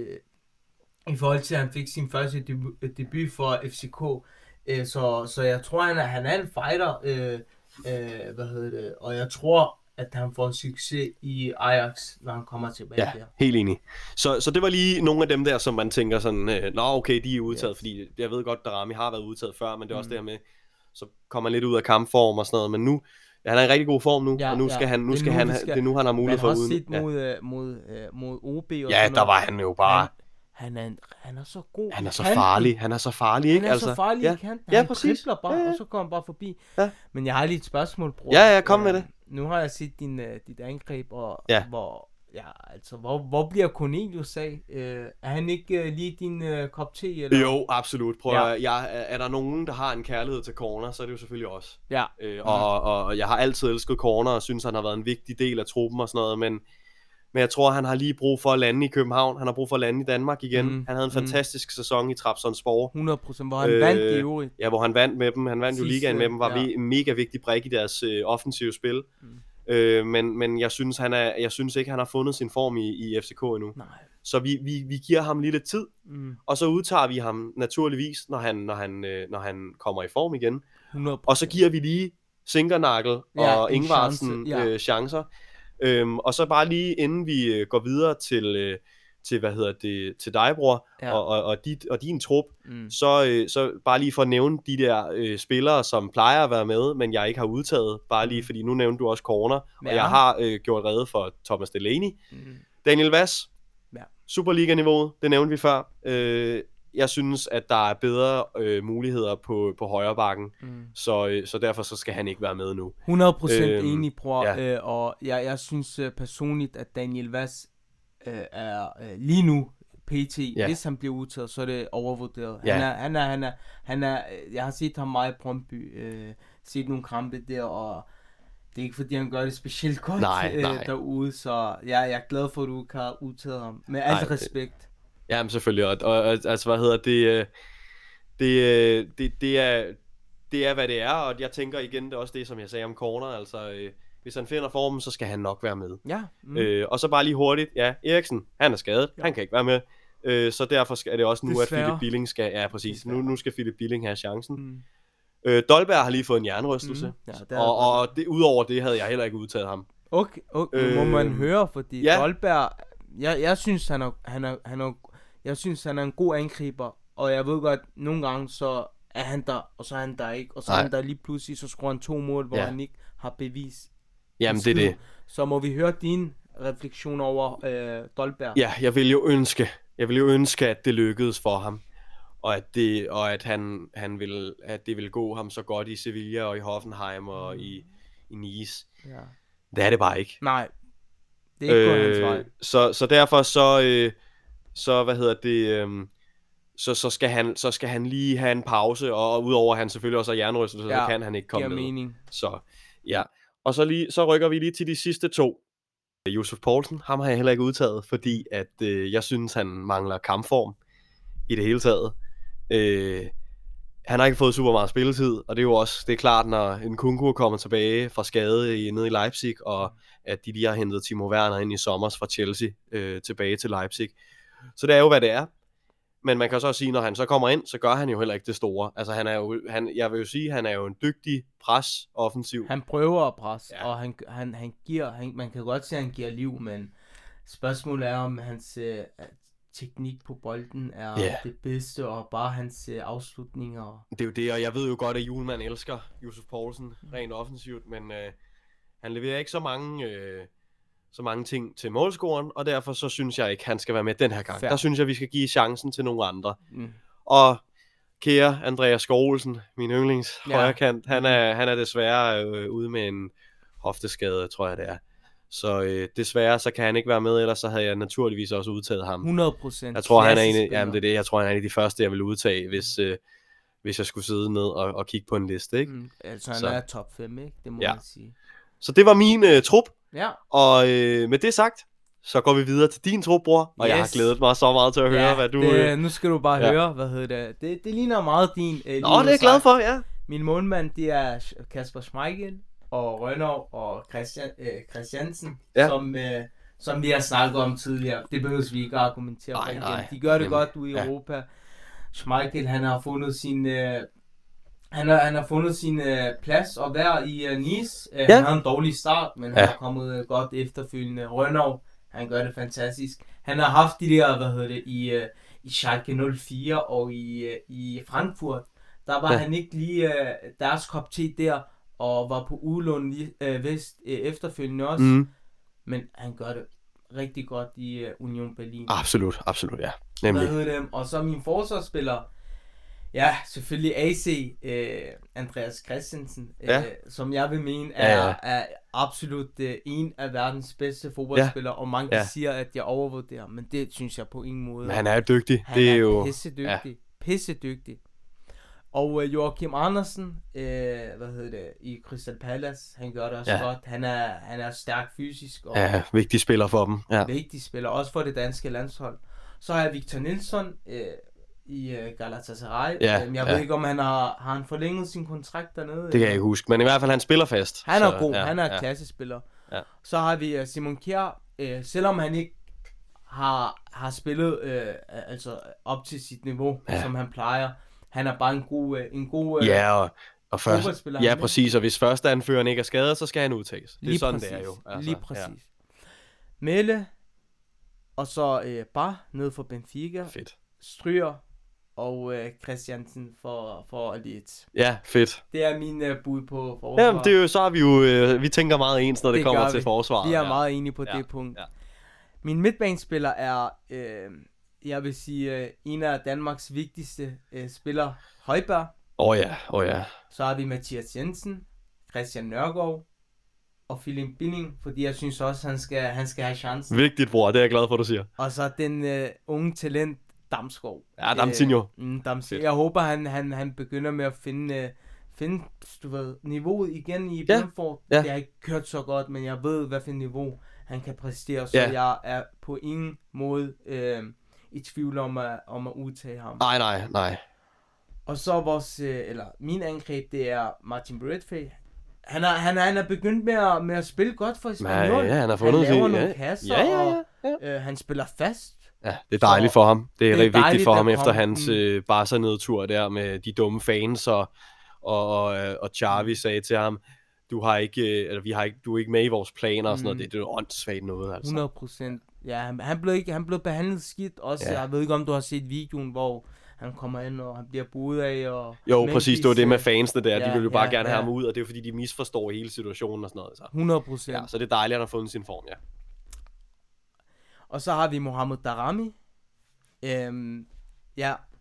i forhold til at han fik sin første debut, debut for F C K. Uh, så så jeg tror han er han er en fighter. Uh, uh, hvad hedder det? Og jeg tror at han får succes i Ajax, når han kommer tilbage ja, der. Helt enig. Så, så det var lige nogle af dem der, som man tænker sådan, øh, nå okay, de er udtaget, yes. fordi jeg ved godt, at Daramy har været udtaget før, men det er mm. også det her med, så kommer han lidt ud af kampform og sådan noget, men nu, ja, han er i rigtig god form nu, ja, og nu skal ja. han, nu skal nu, han, skal, det er nu, han har mulighed for uden. Man har set mod, ja. mod, mod O B og ja, sådan der var han jo bare... Han, han, er, han er så god. Han er så farlig, han er så farlig, ikke? Han er altså, så farlig ja. i kanten, ja, han præcis. kribler bare, ja, ja. og så kommer han bare forbi. Ja. Men jeg har lige et spørgsmål, bror. Ja, ja, kom med det. Nu har jeg set din, uh, dit angreb, og ja. hvor, ja, altså, hvor, hvor bliver Cornelius af? Uh, er han ikke uh, lige din uh, kop te? Eller? Jo, absolut. Prøv ja. at, jeg, er der nogen, der har en kærlighed til corner, så er det jo selvfølgelig os. Ja. Øh, og, og, og jeg har altid elsket corner, og synes, han har været en vigtig del af truppen og sådan noget, men Men jeg tror, han har lige brug for at lande i København. Han har brug for at lande i Danmark igen. Mm, han havde en fantastisk mm. sæson i Trabzonspor. hundrede procent, hvor han øh, vandt det øvrigt. Ja, hvor han vandt med dem. Han vandt Sidste, jo ligaen med dem. Var ja. en mega vigtig brik i deres øh, offensive spil. Mm. Øh, men men jeg, synes, han er, jeg synes ikke, han har fundet sin form i, i F C K endnu. Nej. Så vi, vi, vi giver ham lige lidt tid. Mm. Og så udtager vi ham naturligvis, når han, når han, øh, når han kommer i form igen. hundrede procent. Og så giver vi lige Sinkernagel ja, og Ingvartsen chance. Ja. øh, chancer. Øhm, og så bare lige inden vi øh, går videre til øh, til hvad hedder det til dig, bror, ja. og, og, og, dit, og din trup, mm. så, øh, så bare lige for at nævne de der øh, spillere, som plejer at være med, men jeg ikke har udtaget, bare lige fordi nu nævnte du også corner, ja. og jeg har øh, gjort rede for Thomas Delaney, mm. Daniel Vass, ja. Superliga-niveauet, det nævnte vi før. Øh, jeg synes, at der er bedre øh, muligheder på, på højre bakken, mm. så, øh, så derfor så skal han ikke være med nu. hundrede procent øhm, enig, bror, ja. øh, og jeg, jeg synes øh, personligt, at Daniel Vass øh, er øh, lige nu P T, ja. Hvis han bliver udtaget, så er det overvurderet. Ja. Han er, han er, han er, han er, jeg har set ham meget i Brøndby, øh, set nogle kampe der, og det er ikke fordi han gør det specielt godt nej, øh, nej. derude, så ja, jeg er glad for, at du ikke har udtaget ham, med alt respekt. Jamen selvfølgelig, og, og, og altså hvad hedder det, det, det, det er, det er hvad det er, og jeg tænker igen, det er også det, som jeg sagde om corner, altså øh, hvis han finder formen, så skal han nok være med. Ja. Mm. Øh, og så bare lige hurtigt, ja, Eriksen, han er skadet, ja. Han kan ikke være med, øh, så derfor skal det også nu, Desværre. at Philip Billing skal, ja præcis, nu, nu skal Philip Billing have chancen. Mm. Øh, Dolberg har lige fået en hjernerystelse, mm. ja, og, og det, udover det havde jeg heller ikke udtaget ham. Okay, okay. Øh, må man høre, fordi ja. Dolberg, jeg, jeg synes han er, han er, han er Jeg synes, han er en god angriber, og jeg ved godt, nogle gange så er han der, og så er han der ikke, og så Nej. er han der lige pludselig, så skruer han to mål, hvor ja. han ikke har bevis. Jamen det er det. Så må vi høre din refleksion over øh, Dolberg. Ja, jeg vil jo ønske, jeg vil jo ønske, at det lykkedes for ham. og at det og at han han vil at det vil gå ham så godt i Sevilla og i Hoffenheim og Mm. i i Nice. Ja. Det er det bare ikke. Nej, det er ikke kun hans vej. så så derfor så øh, så hvad hedder det øh, så så skal han så skal han lige have en pause, og, og udover at han selvfølgelig også har hjernerystelse, Ja, så kan han ikke komme giver med. mening. Så ja, og så lige så rykker vi lige til de sidste to. Josef Poulsen, ham har jeg heller ikke udtaget, fordi at øh, jeg synes han mangler kampform i det hele taget. Øh, han har ikke fået super meget spilletid, og det er jo også det er klart, når en Nkunku kommer tilbage fra skade i, nede i Leipzig, og at de lige har hentet Timo Werner ind i sommers fra Chelsea øh, tilbage til Leipzig. Så det er jo hvad det er. Men man kan så også sige, når han så kommer ind, så gør han jo heller ikke det store. Altså han er jo, han, jeg vil jo sige, han er jo en dygtig pres offensiv. Han prøver at presse, Ja. og han, han, han giver, han, man kan godt se, at han giver liv, men spørgsmålet er, om hans øh, teknik på bolden er Ja. det bedste, og bare hans øh, afslutninger. Det er jo det, og jeg ved jo godt, at Hjulmand elsker Josef Poulsen rent offensivt, men øh, han leverer ikke så mange, øh, så mange ting til målscoren, og derfor så synes jeg ikke, han skal være med den her gang. Fair. Der synes jeg, vi skal give chancen til nogle andre. Mm. Og kære Andreas Skov-Olsen, min yndlings Ja. højrekant, han er, han er desværre øh, ude med en hofteskade, tror jeg det er. Så øh, desværre så kan han ikke være med, ellers så havde jeg naturligvis også udtaget ham. hundrede procent. Jeg tror, han er en af, jamen, det er det. Jeg tror, han er en af de første, jeg vil udtage, hvis, øh, hvis jeg skulle sidde ned og, og kigge på en liste, ikke? Mm, altså han Så. er top fem, ikke? Det må Ja. man sige. Så det var min øh, trup, Ja. og øh, med det sagt, så går vi videre til din trup, bror. Og yes. jeg har Yes. glædet mig så meget til at høre, ja, hvad du... det, Øh... nu skal du bare ja. høre, hvad hedder det. Det, det ligner meget din. Øh, Nå, det er jeg glad for, ja. Min målmand, det er Kasper Schmeichel og Rønnow og Christian, øh, Christiansen, Ja. som, øh, som vi har snakket om tidligere. Det behøver vi ikke at argumentere Nej, for igen. nej. De gør det Jamen, godt ude i ja. Europa. Schmeichel, han har fundet sin... Øh, han har, han har fundet sin øh, plads og vær i øh, Nice. Øh, Ja. Han har en dårlig start, men han Ja. har kommet øh, godt efterfølgende. Rønnow, han gør det fantastisk. Han har haft de der, hvad hedder det, i, øh, i Schalke nul fire og i, øh, i Frankfurt. Der var Ja. ja. han ikke lige øh, deres kop te der, og var på udlån lige, øh, vest øh, efterfølgende også. Mm. Men han gør det rigtig godt i øh, Union Berlin. Absolut, absolut, ja. Hvad Nemlig. hedder det? Og så min forsvarsspiller, ja, selvfølgelig A C, øh, Andreas Christensen, øh, Ja. som jeg vil mene er, Ja, ja. er absolut øh, en af verdens bedste fodboldspillere, og mange Ja. siger, at jeg overvurderer, men det synes jeg på ingen måde. Men han er jo dygtig. Han det er, er jo... pissedygtig, ja. pissedygtig. Og øh, Joachim Andersen, øh, hvad hedder det, i Crystal Palace, han gør det også Ja. godt. Han er, han er stærk fysisk og Ja, vigtig spiller for dem. Ja. vigtig spiller, også for det danske landshold. Så har jeg Victor Nilsson øh, i øh, Galatasaray. Ja, Øhm, jeg ja. ved ikke, om han har, har han forlænget sin kontrakt dernede. Det kan jeg ikke huske. Men i hvert fald, han spiller fast. Han er så, god, ja, han er ja. ja. klassespiller. Ja. Så har vi uh, Simon Kjær, øh, selvom han ikke har, har spillet øh, altså op til sit niveau, Ja. ja. som han plejer. Han er bare en god, øh, en god øh, Ja, og, og først, fodboldspiller, ja, han er. præcis. Og hvis første anføreren ikke er skadet, så skal han udtages. Det er Lige sådan, præcis. det er jo. Altså, Lige præcis. Melle, og så øh, Bar ned for Benfica, Ja. Fedt. Stryger og øh, Christiansen for, for Leeds. Ja, fedt. Det er min øh, bud på forsvar. Jamen, det er jo, så er vi jo, øh, vi tænker meget ens, når det, Det kommer gør til vi. forsvaret. Vi er ja. meget enige på Ja, det punkt. ja. Min midtbanespiller er, øh, jeg vil sige, øh, en af Danmarks vigtigste øh, spillere, Højberg. Åh oh, ja, åh oh, ja. Så har vi Mathias Jensen, Christian Nørgaard og Philip Billing, fordi jeg synes også, han skal, han skal have chancen. Vigtigt, bror. Det er jeg glad for, at du siger. Og så den øh, unge talent, Damsgaard. Ja, Damsinho. Øh, mm, Damsinho. Fedt. Jeg håber, han, han, han begynder med at finde, øh, finde du ved, niveauet igen i Ja, Brentford. ja. Det har ikke kørt så godt, men jeg ved, hvad for niveau han kan præstere, så Ja. jeg er på ingen måde øh, i tvivl om at, om at udtage ham. Nej, nej, nej. Og så vores, øh, eller min angreb, det er Martin Bradford. Han er, han, er, han er begyndt med at, med at spille godt for Espanyol. Ja, han har fundet han laver sin- nogle ja. kasser, Ja, ja, ja, og øh, han spiller fast. Ja, det er dejligt Så for ham. Det er, det er rigtig vigtigt dejligt, for der ham efter kom- hans mm. øh, Barca-nedtur der med de dumme fans, og, og, og, øh, og Xavi sagde til ham, du har ikke, øh, eller vi har ikke, du er ikke med i vores planer og sådan noget. Mm. Det, det er jo åndssvagt noget, altså. hundrede procent. Ja, han, han, blev ikke, han blev behandlet skidt også. Ja. Jeg ved ikke, om du har set videoen, hvor han kommer ind, og han bliver buet af. Og Jo, Memphis, præcis, det var det med øh, fansene der. De ja, ville jo bare ja, gerne have ja. ham ud, og det er fordi, de misforstår hele situationen og sådan noget. Så, hundrede procent. ja, så det er dejligt, at han har fundet sin form, ja. Og så har vi Mohamed Darami. Øhm, ja,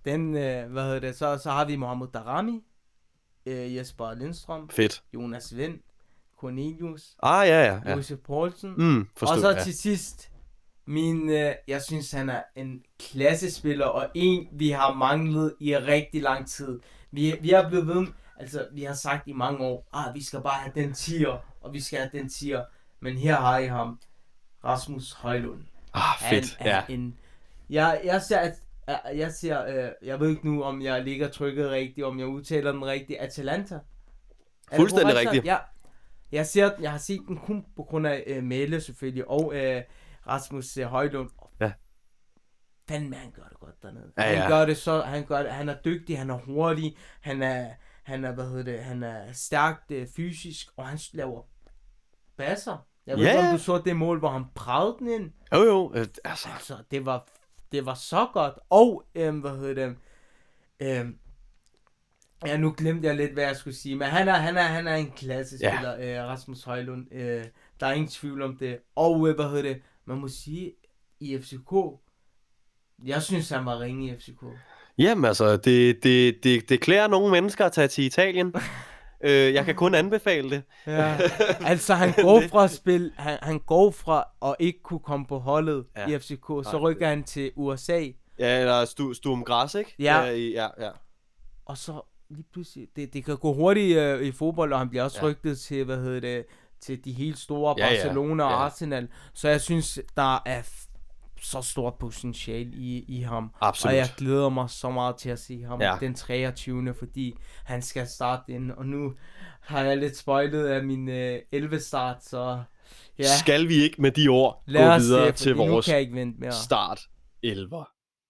Den, øh, hvad hedder det, så, så har vi Mohamed Darami, øh, Jesper Lindstrøm, Fedt. Jonas Vind, Cornelius, Ah, ja, ja. ja. Josef Poulsen, Mm, forstod, og så ja. til sidst, min, øh, jeg synes han er en klassespiller, og en vi har manglet i rigtig lang tid. Vi, vi er blevet ved, altså vi har sagt i mange år, ah, vi skal bare have den tier, og vi skal have den tier, men her har I ham, Rasmus Højlund. Ah, fedt, han er ja. En, jeg, jeg ser, at jeg ser, øh, jeg ved ikke nu, om jeg ligger trykket rigtigt, om jeg udtaler den rigtigt, Atalanta. Er det Fuldstændig korrekt, rigtigt. Ja. Jeg, ser, jeg har set den kun på grund af øh, Mæle selvfølgelig, og øh, Rasmus øh, Højlund. Ja. Fandme, han gør det godt dernede. Ja, han ja. gør det så, han gør det, han er dygtig, han er hurtig, han er, han er, hvad hedder det, han er stærkt øh, fysisk, og han laver basser. Jeg ved Ja, ikke, ja. om du så det mål, hvor han pragede den ind. Jo, jo, øh, altså. Altså, det var, det var så godt. Og, øhm, hvad hedder det, øhm, ja, nu glemte jeg lidt, hvad jeg skulle sige, men han er, han er, han er en klassespiller, ja. øh, Rasmus Højlund. Øh, der er ingen tvivl om det. Og, øh, hvad hedder det, man må sige, i F C K, jeg synes, han var ringe i F C K. Jamen altså, det, det, det, det klæder nogle mennesker at tage til Italien. øh, jeg kan kun anbefale det. Ja. Altså, han går fra at spille, han, han går fra at ikke kunne komme på holdet ja. i F C K, så Nej, rykker han til U S A. Ja, eller Stu, Sturm Græs, ikke? Ja. Ja, ja, ja. Og så lige pludselig, det, det kan gå hurtigt øh, i fodbold, og han bliver også ja. rygtet til, hvad hedder det, til de helt store, ja, Barcelona ja. og ja. Arsenal. Så jeg synes, der er f- så stort potentiale i, i ham. Absolut. Og jeg glæder mig så meget til at se ham ja. den treogtyvende fordi han skal starte ind. Og nu har jeg lidt spoilet af min øh, elleve start, så ja. Skal vi ikke med de ord Lad gå videre se, til vores kan jeg ikke vente mere. start elleve?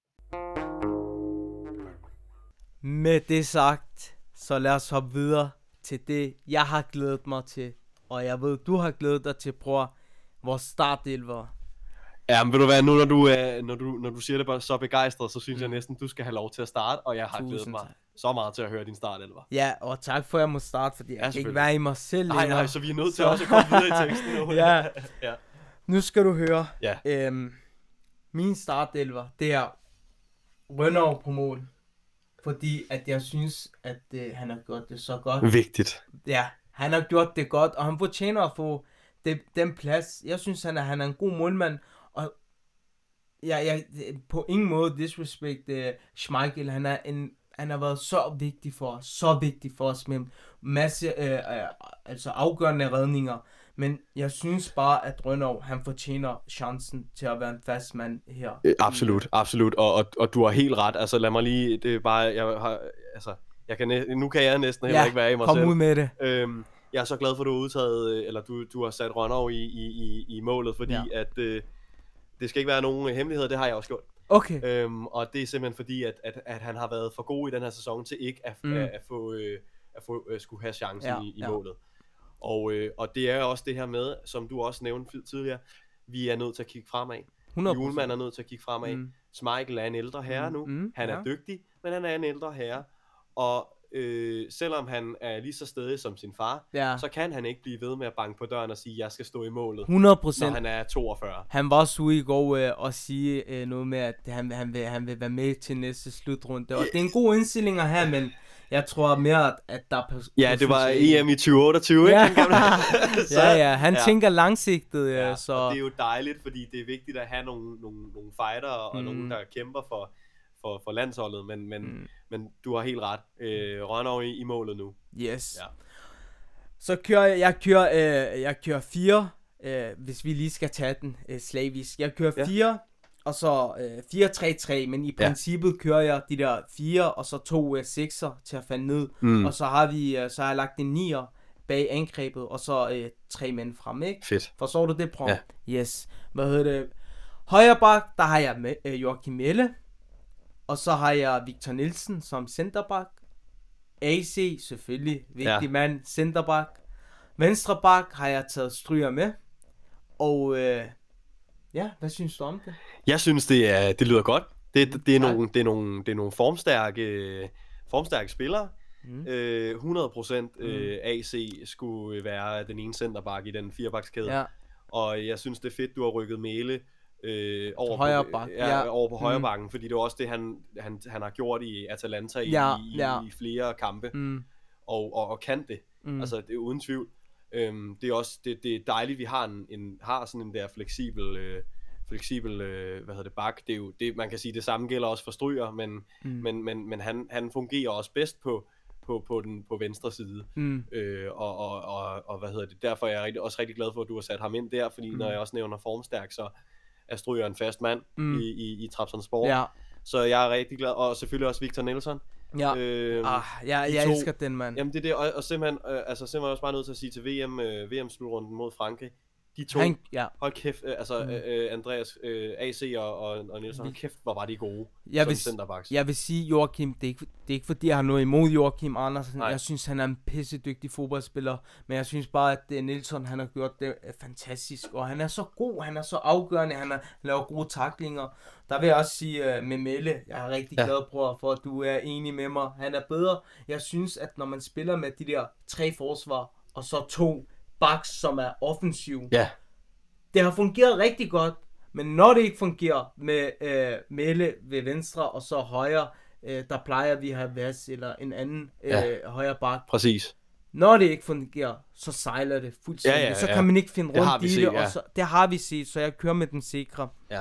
Med det sagt, så lad os hoppe videre til det, jeg har glædet mig til. Og jeg ved, du har glædet dig til, bror, vores startelver. Ja, men ved du hvad, nu når du, øh, når du, når du siger det bare så begejstret, så synes mm. jeg næsten, du skal have lov til at starte, og jeg har Tusind glædet mig tak. så meget til at høre din startelver. Ja, og tak for, at jeg må starte, fordi jeg Ja, kan ikke være i mig selv Nej, nej, så vi er nødt til så... også at komme videre i teksten nu. ja. ja. Nu skal du høre. Ja. Øhm, min startelver, det er Rønnow på mål. Fordi at jeg synes, at øh, han har gjort det så godt. Vigtigt. Ja, han har gjort det godt, og han fortjener at få det, den plads. Jeg synes, han er, han er en god målmand, og jeg, jeg på ingen måde disrespect uh, Schmeichel. Han er en, han har været så vigtig for os, så vigtig for os med masse øh, øh, altså afgørende redninger. Men jeg synes bare, at Rønnow, han fortjener chancen til at være en fast mand her. Øh, absolut, absolut, og, og, og du har helt ret. Altså lad mig lige, det er bare, jeg har, altså, jeg kan næ- nu kan jeg næsten heller ja, ikke være i mig kom selv. ud med det. Øhm, jeg er så glad for, at du har udtaget, eller du, du har sat Rønnow i, i, i, i målet, fordi ja. at øh, det skal ikke være nogen hemmelighed, det har jeg også gjort. Okay. Øhm, og det er simpelthen fordi, at, at, at han har været for god i den her sæson til ikke at, mm. at, at få, øh, at få øh, skulle have chancen ja, i, i ja. målet. Og, øh, og det er også det her med, som du også nævnte tidligere, vi er nødt til at kigge fremad. hundrede procent. Julemand er nødt til at kigge fremad. Mm. Schmeichel er en ældre herre nu. Mm. Han er ja. dygtig, men han er en ældre herre. Og øh, selvom han er lige så stedig som sin far, ja. så kan han ikke blive ved med at banke på døren og sige, jeg skal stå i målet, hundrede procent. når han er toogfyrre. Han var også ude i går øh, og sige øh, noget med, at han, han, vil, han vil være med til næste slutrunde. Og det er en god indstilling at have, men jeg tror mere, at der er... Pers- ja, det var E M i tyve otteogtyve, ja. ikke? så, ja, ja, han ja. tænker langsigtet. Ja, ja, så... og det er jo dejligt, fordi det er vigtigt at have nogle, nogle, nogle fighter og mm. nogle, der kæmper for, for, for landsholdet, men, men, mm. men du har helt ret. Øh, Rønnow i, i målet nu. Yes. Ja. Så kører jeg, jeg kører, øh, jeg kører fire, øh, hvis vi lige skal tage den øh, slavisk. Jeg kører ja. fire, og så øh, fire tre tre, men i ja. princippet kører jeg de der fire, og så to øh, sekser til at falde ned. Mm. Og så har vi, øh, så har jeg lagt en nier bag angrebet, og så øh, tre mænd frem, ikke? Fedt. Forstår du det, Prom? Ja. Yes. Hvad hedder det? Højre bak, der har jeg med, øh, Joachim Melle, og så har jeg Victor Nielsen som centerback. A C, selvfølgelig, vigtig ja. mand, centerback. Venstre bak har jeg taget Stryger med, og øh, ja, hvad synes du om det? Jeg synes, det, er, det lyder godt. Det, det, det, er, nogle, det, er, nogle, det er nogle formstærke, formstærke spillere. Mm. Øh, hundrede procent øh, A C skulle være den ene centerback i den firebakskæde. Ja. Og jeg synes, det er fedt, du har rykket Mæle øh, over, højre på, bak, ja, ja. over på højre Mm. bakken, fordi det er også det, han, han, han har gjort i Atalanta i, Ja, i, ja. i flere kampe, Mm. og, og, og kan det. Mm. Altså, det er uden tvivl. Øhm, det er også det, det er dejligt, vi har, en, en, har sådan en der fleksibel, øh, fleksibel øh, hvad hedder det, bak. Det er jo, det, man kan sige, det samme gælder også for Stryger, men, Mm. men, men, men han, han fungerer også bedst på, på, på den på venstre side. Mm. Øh, og, og, og, og hvad hedder det, derfor er jeg rigtig, også rigtig glad for, at du har sat ham ind der, fordi mm. når jeg også nævner formstærk, så er Stryger en fast mand Mm. i, i, i Trabzonspor. Ja. Så jeg er rigtig glad, og selvfølgelig også Victor Nielsen. Ja. Øhm, ah, jeg, de jeg to- elsker den mand. Jamen det er det, og, og simpelthen, øh, altså simpelthen også bare nødt til at sige til V M, øh, V M-slutrunden mod Frankrig, de to, Han, ja. hold kæft, øh, altså Mm. øh, Andreas, øh, A C og, og, og Nielsen, hold kæft, hvor var de gode Jeg som vil, centerbacks. jeg vil sige, Joachim, det er, ikke, det er ikke fordi, jeg har noget imod Joachim Andersen. Nej. Jeg synes, han er en pissedygtig fodboldspiller. Men jeg synes bare, at uh, Nielsen, han har gjort det uh, fantastisk. Og han er så god, han er så afgørende, han, er, han laver gode taklinger. Der vil jeg også sige uh, med Melle, jeg er rigtig Ja. glad, bror, for at du er enig med mig. Han er bedre. Jeg synes, at når man spiller med de der tre forsvar, og så to backs, som er offensiv, Ja, det har fungeret rigtig godt, men når det ikke fungerer med øh, Melle ved venstre og så højre, øh, der plejer vi at have Vas eller en anden øh, Ja. højre bak. præcis. Når det ikke fungerer, så sejler det fuldstændig. Ja, ja, Så ja. kan man ikke finde Det har rundt vi i set, det. ja. Og så, det har vi set, så jeg kører med den sikre. Ja.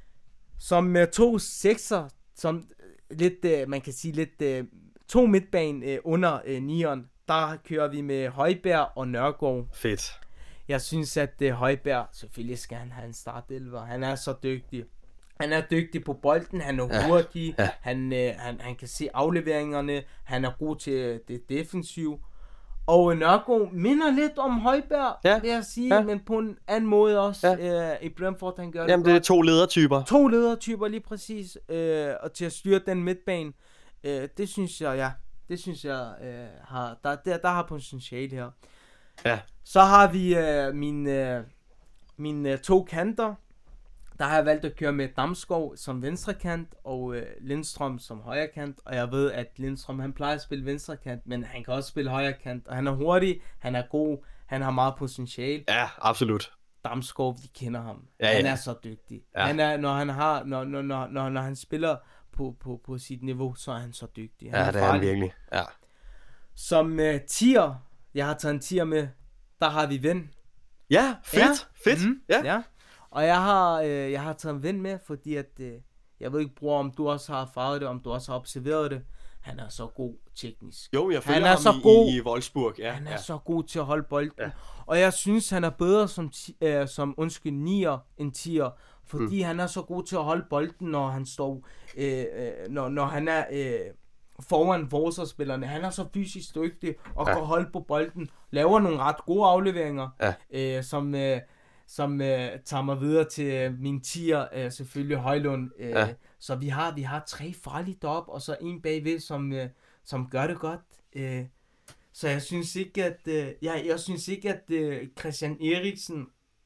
Som med to sekser, som øh, lidt, øh, man kan sige lidt, øh, to midtbane øh, under øh, nieren, der kører vi med Højbjerg og Nørgaard. Fedt. Jeg synes, at uh, Højbjerg, selvfølgelig skal han have en startelver. Han er så dygtig. Han er dygtig på bolden, han er Ja, hurtig, ja. Han, uh, han, han kan se afleveringerne, han er god til det defensive. Og uh, Nørgaard minder lidt om Højbjerg, Ja, vil jeg sige, ja. men på en anden måde også. Ja. Uh, I Brentford, han gør Jamen det det er godt. to ledertyper. To ledertyper lige præcis, uh, og til at styre den midtbane. Uh, det synes jeg, ja, det synes jeg uh, har, der, der, der har potentiale her. Ja. Så har vi øh, mine, øh, mine øh, to kanter. Der har jeg valgt at køre med Damskov som venstre kant og øh, Lindstrøm som højre kant. Og jeg ved, at Lindstrøm han plejer at spille venstre kant, men han kan også spille højre kant. Og han er hurtig, han er god, han har meget potentiale. Ja, absolut. Damskov, vi kender ham. Ja, han ja. er så dygtig. Ja. Han er, når han har, når, når, når, når, når han spiller på, på, på sit niveau, så er han så dygtig. Han Ja, det er han farlig. virkelig. Ja. Som øh, tier, jeg har taget en tier med, der har vi Ven. Ja, fedt. Ja. Fedt. Mm, Ja. ja. Og jeg har, øh, jeg har taget en ven med, fordi at, øh, jeg ved ikke, bror, om du også har erfaret det, om du også har observeret det. Han er så god teknisk. Jo, jeg Han følger er ham så i, god. i, i Wolfsburg. Ja, Han er ja. så god til at holde bolden. Ja. Og jeg synes, han er bedre som, ti- øh, som undskyld, nier end tier. Fordi Mm. han er så god til at holde bolden, når han står, øh, øh, når, når han er øh, foran forsvarsspillerne. Han er så fysisk dygtig og Ja. kan holde på bolden. Laver nogle ret gode afleveringer, Ja. øh, som, øh, som øh, tager mig videre til øh, min tier, øh, selvfølgelig Højlund. Øh, Ja. Så vi har, vi har tre farlige derop, og så en bagved, som, øh, som gør det godt. Øh, så jeg synes ikke, at øh, jeg, jeg synes ikke, at øh, Christian Eriksen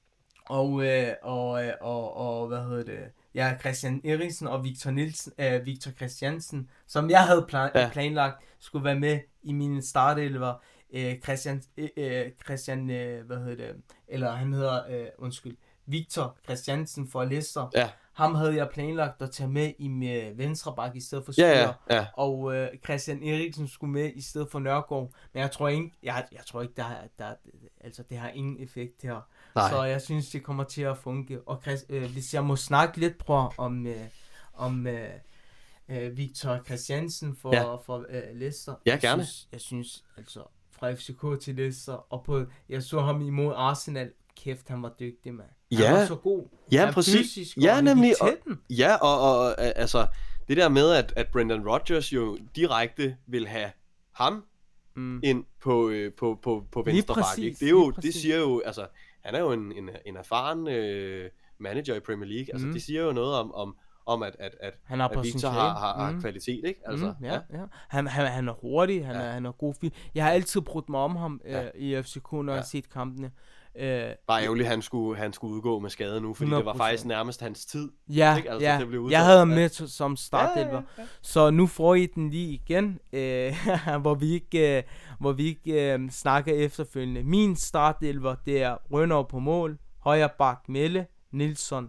og, øh, og, øh, og, og hvad hedder det? Ja, Christian Eriksen og Victor Nielsen, øh, Victor Christiansen, som jeg havde plan, Ja. ja. planlagt, skulle være med i min startelver. Øh, Christian, øh, øh, Christian, øh, hvad hedder det? Eller han hedder, øh, undskyld, Victor Christiansen for Leicester. Ja. Ham havde jeg planlagt at tage med i med venstre bak i stedet for Ja, Skyer. ja, ja. Og øh, Christian Eriksen skulle med i stedet for Nørgaard. Men jeg tror ikke, jeg, jeg tror ikke, der, der, altså det har ingen effekt her. Nej. Så jeg synes, det kommer til at fungere. Og Chris, øh, hvis jeg må snakke lidt, bror, om, øh, om øh, øh, Victor Christiansen for, Ja. for øh, Leicester. Ja, jeg gerne. Synes, jeg synes, altså, fra F C K til Leicester, og på, jeg så ham imod Arsenal. Kæft, han var dygtig, mand. Han Ja. var så god. Ja, Han er præcis. fysisk, Ja, og han nemlig, gik og- til den. Ja, og, og og, altså, det der med, at, at Brendan Rodgers jo direkte vil have ham Mm. ind på, øh, på, på, på Lige venstre bak, præcis, ikke? Det, er jo, lige det præcis. siger jo, altså, han er jo en, en, en erfaren øh, manager i Premier League, altså Mm. det siger jo noget om, om, om at, at, at, Han har at Victor potentiale. har, har, har Mm. kvalitet, ikke? Altså, mm, ja, ja. Han, han, han er hurtig, han, Ja. er, han er god fil. Jeg har altid brudt mig om ham øh, Ja. i F C K, når Ja. jeg har set kampene. Øh, Bare ærgerligt, han skulle, han skulle udgå med skade nu, fordi hundrede det var procent. faktisk nærmest hans tid. ja, Ikke? Altså, ja. det blev udtaget. Jeg havde ham Ja. med t- som startelver. Ja, ja, ja. Så nu får I den lige igen, øh, hvor vi ikke, øh, hvor vi ikke øh, snakker efterfølgende. Min startelver, det er Rønner på mål, højre bak Melle, Nilsson,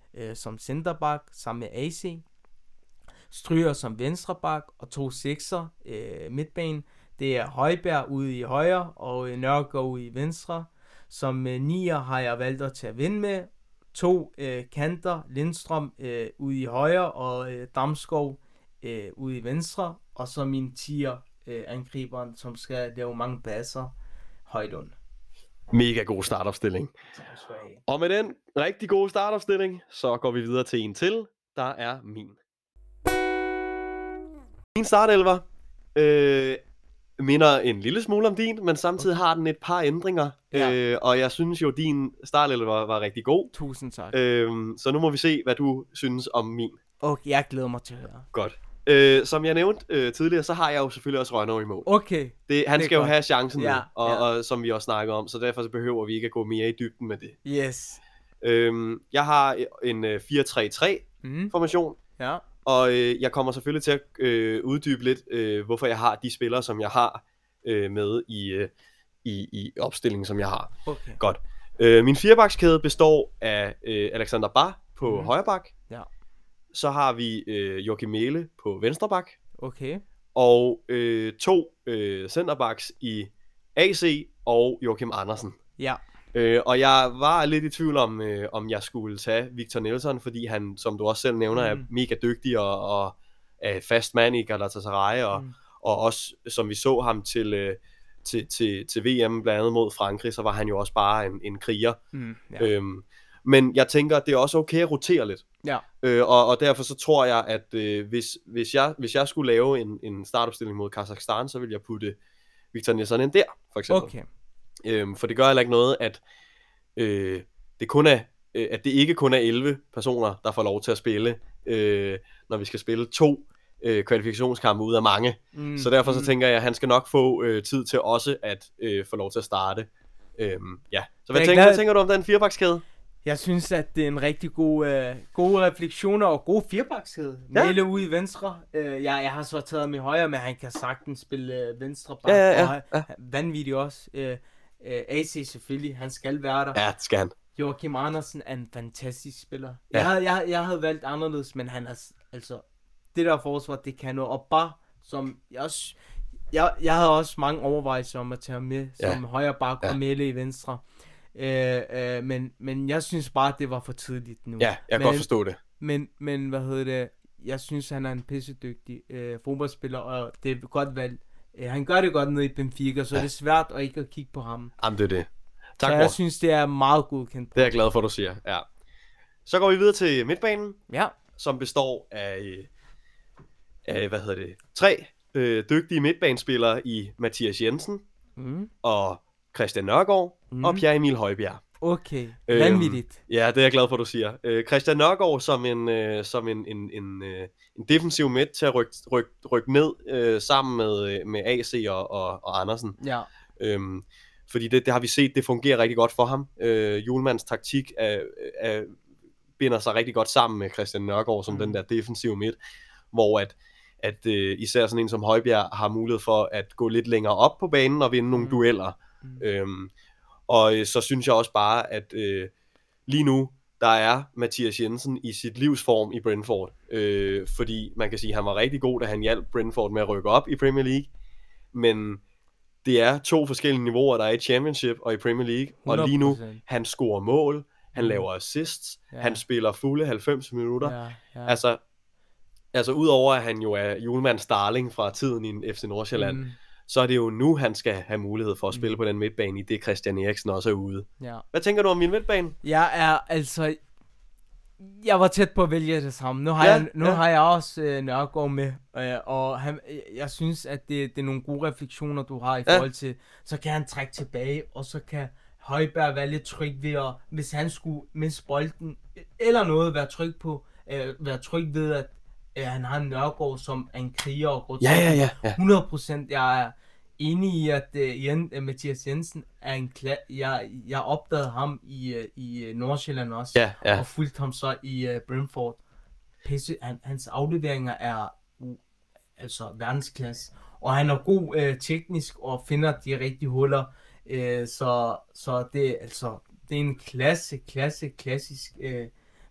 øh, som centerback sammen med A C. Stryger som venstreback og to sekser øh, midtbane. Det er Højbjerg ude i højre og øh, Nørgaard ude i venstre. Som øh, nier har jeg valgt at tage vind med. To øh, kanter, Lindstrøm øh, ude i højre og øh, Damskov øh, ude i venstre. Og så min tier øh, angriberen, som skal lave mange passer, Højlund. Mega god startopstilling. Og med den rigtig gode startopstilling, så går vi videre til en til, der er min. Min startelver øh, minder en lille smule om din, men samtidig har den et par ændringer. Ja. Øh, og jeg synes jo, din startelver var, var rigtig god. Tusind tak. Øh, så nu må vi se, hvad du synes om min. Okay, jeg glæder mig til at høre. Godt. Øh, som jeg nævnte øh, tidligere, så har jeg jo selvfølgelig også Rønner i mål. Okay. Det, han det skal jo godt. have chancen ja, nu, og, ja. og som vi også snakker om, så derfor så behøver vi ikke at gå mere i dybden med det. Yes. Øhm, jeg har en øh, fire tre tre mm. formation, ja. og øh, jeg kommer selvfølgelig til at øh, uddybe lidt, øh, hvorfor jeg har de spillere, som jeg har øh, med i, øh, i, i opstillingen, som jeg har. Okay. Godt. Øh, min firebakskæde består af øh, Alexander Bar på mm. højre bak. Ja. Så har vi øh, Joachim Mæhle på venstre bak. Okay. Og øh, to øh, centerbacks i A C og Joachim Andersen. Ja. Øh, og jeg var lidt i tvivl om, øh, om jeg skulle tage Victor Nelson, fordi han, som du også selv nævner, mm. er mega dygtig og, og er fast mand i Galatasaray, og, mm. og også, som vi så ham til, øh, til, til, til V M blandt andet mod Frankrig, så var han jo også bare en, en kriger. Mm. Ja. Øhm, men jeg tænker, det er også okay at rotere lidt. Ja. Øh, og, og derfor så tror jeg, at øh, hvis, hvis, jeg, hvis jeg skulle lave en, en startopstilling mod Kazakhstan, så ville jeg putte Victor Nelson ind der, for eksempel. Okay. Øhm, for det gør heller ikke noget, at, øh, det kun er, øh, at det ikke kun er elleve personer, der får lov til at spille, øh, når vi skal spille to øh, kvalifikationskampe ud af mange. Mm. Så derfor så tænker jeg, at han skal nok få øh, tid til også at øh, få lov til at starte. Øhm, ja. Så hvad tænker, hvad tænker du om den firebakskæde? Jeg synes, at det er en rigtig god, øh, gode refleksioner og god firebakskæde. Ja. Mæhle ude i venstre. Øh, jeg, jeg har så taget ham i højre, men han kan sagtens spille øh, venstre bak. Ja, ja, ja. Og ja. Vanvittigt også. Øh, øh, A C selvfølgelig, han skal være der. Ja, det skal han. Joachim Andersen er en fantastisk spiller. Ja. Jeg, havde, jeg, jeg havde valgt anderledes, men han er altså det der forsvar, det kan noget. Og bare som jeg også, jeg, jeg havde også mange overvejelser om at tage ham med ja. som højre bak og ja. Mæhle i venstre. Øh, øh, men, men jeg synes bare, at det var for tidligt nu. Ja, jeg kan men, godt forstå det. Men, men hvad hedder det? Jeg synes, han er en pissedygtig øh, fodboldspiller, og det er godt valgt. Øh, han gør det godt nede i Benfica, så ja. det er svært at ikke at kigge på ham. Jamen, det er det. Tak, så jeg synes, det er meget godkendt. Det er jeg glad for, du siger. Ja. Så går vi videre til midtbanen, ja. som består af, af hvad hedder det, tre øh, dygtige midtbanespillere i Mathias Jensen mm. og Christian Nørgaard mm. og Pierre Emil Højbjerg. Okay, vanvittigt. Øhm, ja, det er jeg glad for, du siger. Øh, Christian Nørgaard som en øh, som en en en, øh, en defensiv midt til at rykke ryk, ryk ned øh, sammen med med A C og og, og Andersen. Ja. Øhm, fordi det det har vi set, det fungerer rigtig godt for ham. Øh, Julemands taktik er, er binder sig rigtig godt sammen med Christian Nørgaard som mm. den der defensive midt, hvor at at øh, især sådan en som Højbjerg har mulighed for at gå lidt længere op på banen og vinde nogle mm. dueller. Mm. Øhm, og øh, så synes jeg også bare, at øh, lige nu, der er Mathias Jensen i sit livsform i Brentford. Øh, fordi man kan sige, at han var rigtig god, da han hjalp Brentford med at rykke op i Premier League. Men det er to forskellige niveauer, der er i Championship og i Premier League. hundrede procent. Og lige nu, han scorer mål, han mm. laver assists, ja. han spiller fulde halvfems minutter. Ja, ja. Altså, altså udover at han jo er Julemands darling fra tiden i F C Nordsjælland, mm. så er det jo nu, han skal have mulighed for at spille mm. på den midtbane, i det Christian Eriksen også er ude. Ja. Hvad tænker du om min midtbane? Jeg er altså... Jeg var tæt på at vælge det samme. Nu har, ja, jeg, nu ja. har jeg også øh, Nørgaard med, øh, og han, jeg synes, at det, det er nogle gode refleksioner, du har i ja. forhold til, så kan han trække tilbage, og så kan Højbjerg være lidt tryg ved at, hvis han skulle miste bolden, eller noget, være tryg på, øh, være tryg ved, at øh, han har en Nørgaard, som er en kriger og går til. Ja, ja, ja, ja. hundrede procent, jeg er enig i, at uh, Jen, uh, Mathias Jensen er en kla- jeg, jeg opdagede ham i, uh, i Nordsjælland også, ja, ja. og fulgte ham så i uh, Brentford. Pisse, han, hans afleveringer er uh, altså verdensklasse, og han er god uh, teknisk og finder de rigtige huller, uh, så, så det, altså, det er en klasse, klasse, klassisk uh,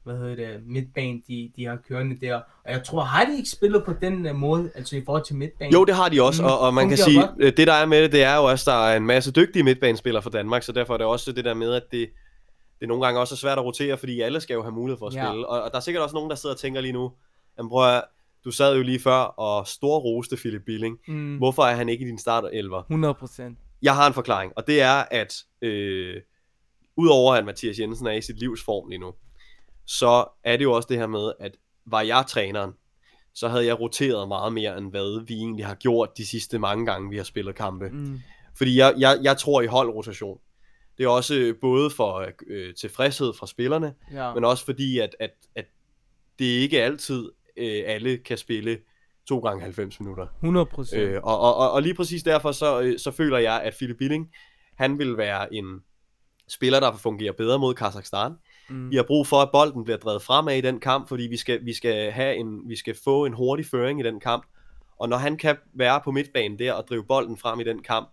hvad hedder det, midtbane, de, de har kørende der. Og jeg tror, har de ikke spillet på den uh, måde, altså i forhold til midtbane? Jo, det har de også, mm, og, og man kan sige, godt. det der er med det, det er jo også, der er en masse dygtige midtbanespillere for Danmark, så derfor er det også det der med, at det, det nogle gange også er svært at rotere, fordi alle skal jo have mulighed for at Ja. spille. Og, og der er sikkert også nogen, der sidder og tænker lige nu, jamen prøv at, du sad jo lige før og storroste Philip Billing. Mm. Hvorfor er han ikke i din startelver? hundrede procent. Jeg har en forklaring, og det er, at øh, udover at Mathias Jensen er i sit livsform lige nu, så er det jo også det her med, at var jeg træneren, så havde jeg roteret meget mere, end hvad vi egentlig har gjort de sidste mange gange, vi har spillet kampe. Mm. Fordi jeg, jeg, jeg tror i holdrotation. Det er også både for øh, tilfredshed fra spillerne, Ja. men også fordi, at, at, at det ikke altid øh, alle kan spille to gange halvfems minutter. hundrede procent. Øh, og, og, og, og lige præcis derfor, så, øh, så føler jeg, at Philip Billing, han vil være en spiller, der fungerer bedre mod Kazakhstan. Mm. Vi har brug for, at bolden bliver drevet fremad i den kamp, fordi vi skal, vi skal, have en, vi skal få en hurtig føring i den kamp. Og når han kan være på midtbanen der og drive bolden frem i den kamp,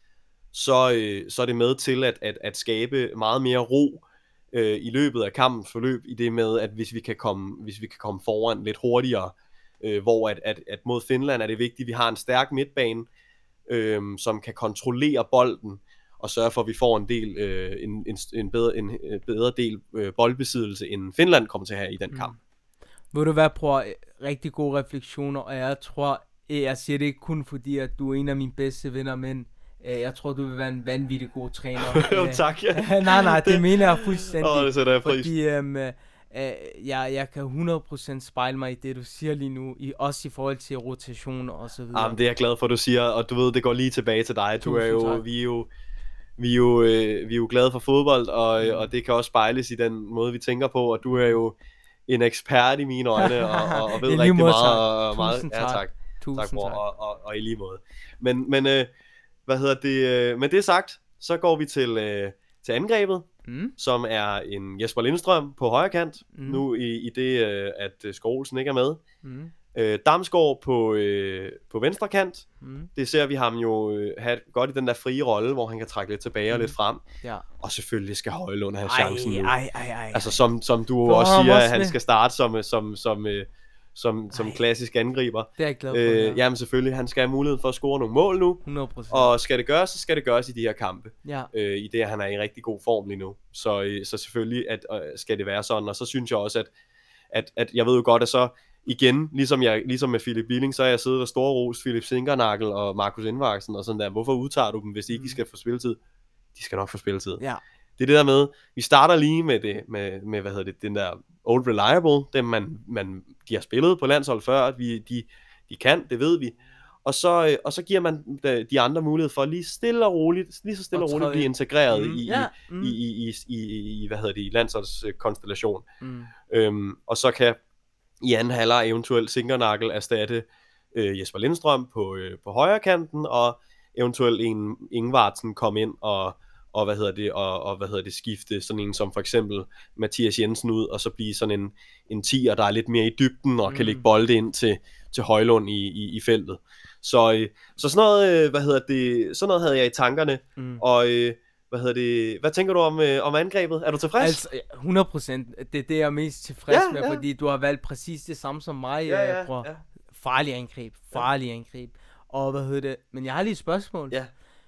så, øh, så er det med til at, at, at skabe meget mere ro øh, i løbet af kampens forløb, i det med, at hvis vi kan komme, hvis vi kan komme foran lidt hurtigere, øh, hvor at, at, at mod Finland er det vigtigt, at vi har en stærk midtbane, øh, som kan kontrollere bolden, og sørge for, at vi får en del, øh, en, en, en, bedre, en bedre del øh, boldbesiddelse, end Finland kommer til at have i den mm. kamp. Vil du være på rigtig gode refleksioner, og jeg tror, jeg siger det ikke kun fordi, at du er en af mine bedste venner, men jeg tror, du vil være en vanvittig god træner. Jo, tak. Ja. nej, nej, det mener jeg fuldstændig. Åh, det sætter jeg pris. Fordi øhm, øh, jeg, jeg kan hundrede procent spejle mig i det, du siger lige nu, i, også i forhold til rotation og så videre. Jamen, det er jeg glad for, du siger, og du ved, det går lige tilbage til dig. Du er jo, vi er jo, vi er jo, øh, vi er jo glade for fodbold, og, mm. og det kan også spejles i den måde, vi tænker på, og du er jo en ekspert i mine øjne, og, og, og ved rigtig måde, meget. Og meget Tusind ja, tak. Tusind tak, bror, tak. og, og, og i lige måde. Men, men øh, hvad hedder det? Øh, med det sagt, så går vi til, øh, til angrebet, mm. som er en Jesper Lindstrøm på højre kant, mm. nu i, i det, øh, at Skov Olsen ikke er med. Mm. Øh, Damsgaard på, øh, på venstre kant. Mm. Det ser vi ham jo øh, have godt i den der frie rolle, hvor han kan trække lidt tilbage mm. og lidt frem. Ja. Og selvfølgelig skal Højlund have chancen nu. Ej, ej, ej, altså som, som du For også siger, også at han med. skal starte som, som, som, øh, som, som klassisk angriber. Det er jeg glad for, øh, ja. Jamen selvfølgelig, han skal have mulighed for at score nogle mål nu. hundrede procent. Og skal det gøres, så skal det gøres i de her kampe. Ja. Øh, I det, at han er i rigtig god form lige nu. Så, øh, så selvfølgelig at, øh, skal det være sådan. Og så synes jeg også, at, at, at jeg ved jo godt, at så igen, ligesom, jeg, ligesom med Philip Billing, så er jeg siddet og storros Philip Sinkernagel og Markus Indvaksen og sådan der. Hvorfor udtager du dem, hvis de ikke skal få spilletid? De skal nok få spilletid. Ja. Det er det der med, vi starter lige med det, med, med hvad hedder det, den der old reliable, dem man, man, de har spillet på landshold før, vi, de, de kan, det ved vi. Og så, og så giver man de andre mulighed for lige stille og roligt, lige så stille og, og roligt blive integreret mm. i, ja. mm. i, i, i, i, i, hvad hedder det, i landsholdskonstellation. Mm. Øhm, og så kan i anden halvleg eventuelt Sinkernagel erstatte øh, Jesper Lindstrøm på, øh, på højre kanten, og eventuelt en Ingvartsen komme ind og og hvad hedder det og, og hvad hedder det skifte sådan en som for eksempel Mathias Jensen ud, og så blive sådan en en tier, der er lidt mere i dybden og mm. kan lægge bolde ind til til Højlund i i, i feltet. Så øh, så sådan noget øh, hvad hedder det sådan noget havde jeg i tankerne. Mm. Og øh, hvad hedder det hvad tænker du om øh, om angrebet? Er du tilfreds? Altså hundrede procent. Det er det jeg er mest tilfreds ja, med, ja. Fordi du har valgt præcis det samme som mig, ja, ja, bror. Ja. Farlig angreb, farlig ja. angreb. Og hvad hedder det? Men jeg har lige et spørgsmål. Ja.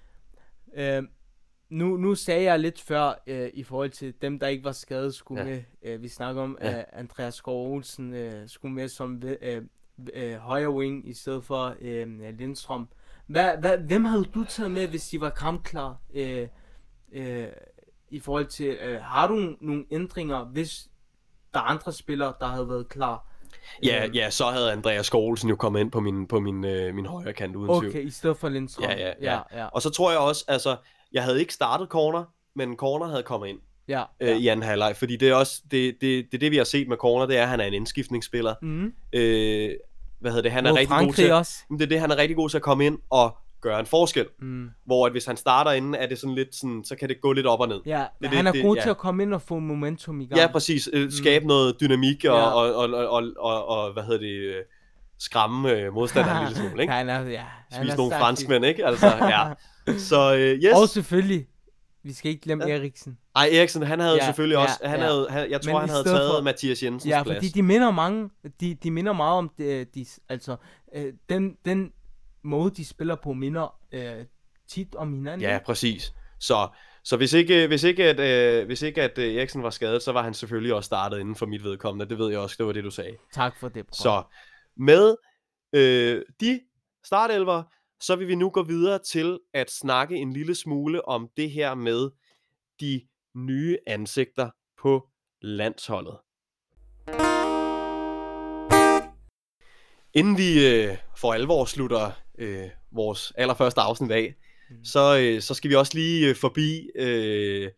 Øh, Nu, nu sagde jeg lidt før, øh, i forhold til dem, der ikke var skadet, skulle ja. med. Øh, vi snakker om, at ja. øh, Andreas Skov Olsen øh, skulle med som øh, øh, højre wing, i stedet for øh, Lindstrøm. Hvad, hvad, hvem havde du taget med, hvis de var kampklar? Øh, øh, I forhold til, øh, har du nogle ændringer, hvis der er andre spillere, der havde været klar? Ja, ja, så havde Andreas Skov Olsen jo kommet ind på min, på min, øh, min højre kant uden tvivl. Okay, i stedet for Lindstrøm. Ja, ja, ja. ja, ja. Og så tror jeg også, altså, jeg havde ikke startet corner, men corner havde kommet ind ja, øh, ja. i anden halvleg, fordi det er også det, det, det, det vi har set med corner, det er, at han er en indskiftningsspiller. Mm. Øh, hvad hedder det? Han er Mod rigtig Frankrig god til. Også. Det er det, han er rigtig god til at komme ind og gøre en forskel. Mm. Hvor at hvis han starter inden, er det sådan lidt sådan, så kan det gå lidt op og ned. Ja, det, han er det, god det, til ja. at komme ind og få momentum i gang. Ja, præcis. Øh, skabe mm. noget dynamik og, ja. og, og, og, og, og, og hvad hedder det? Skræmme øh, modstanderen en lille smule, ikke? Han er, ja. Spise nogle franskmænd, ikke? Altså, ja. Så, øh, yes. Og selvfølgelig Vi skal ikke glemme Ja. Eriksen. Ej, Eriksen, han havde Ja, selvfølgelig ja, også, han ja. havde, han, jeg tror, Men han i havde stedet taget for- Mathias Jensens Ja, plads. fordi de minder mange, de, de minder meget om det, de, altså, øh, den, den måde, de spiller på, minder øh, tit om hinanden. Ja, præcis. Så, så hvis ikke, hvis ikke, at, øh, hvis ikke at øh, Eriksen var skadet, så var han selvfølgelig også startet inden for mit vedkommende. Det ved jeg også, det var det, du sagde. Tak for det, bror. Så med øh, de startelver, så vil vi nu gå videre til at snakke en lille smule om det her med de nye ansigter på landsholdet. Inden vi øh, for alvor slutter øh, vores allerførste afsnit af, mm. så, øh, så skal vi også lige øh, forbi øh,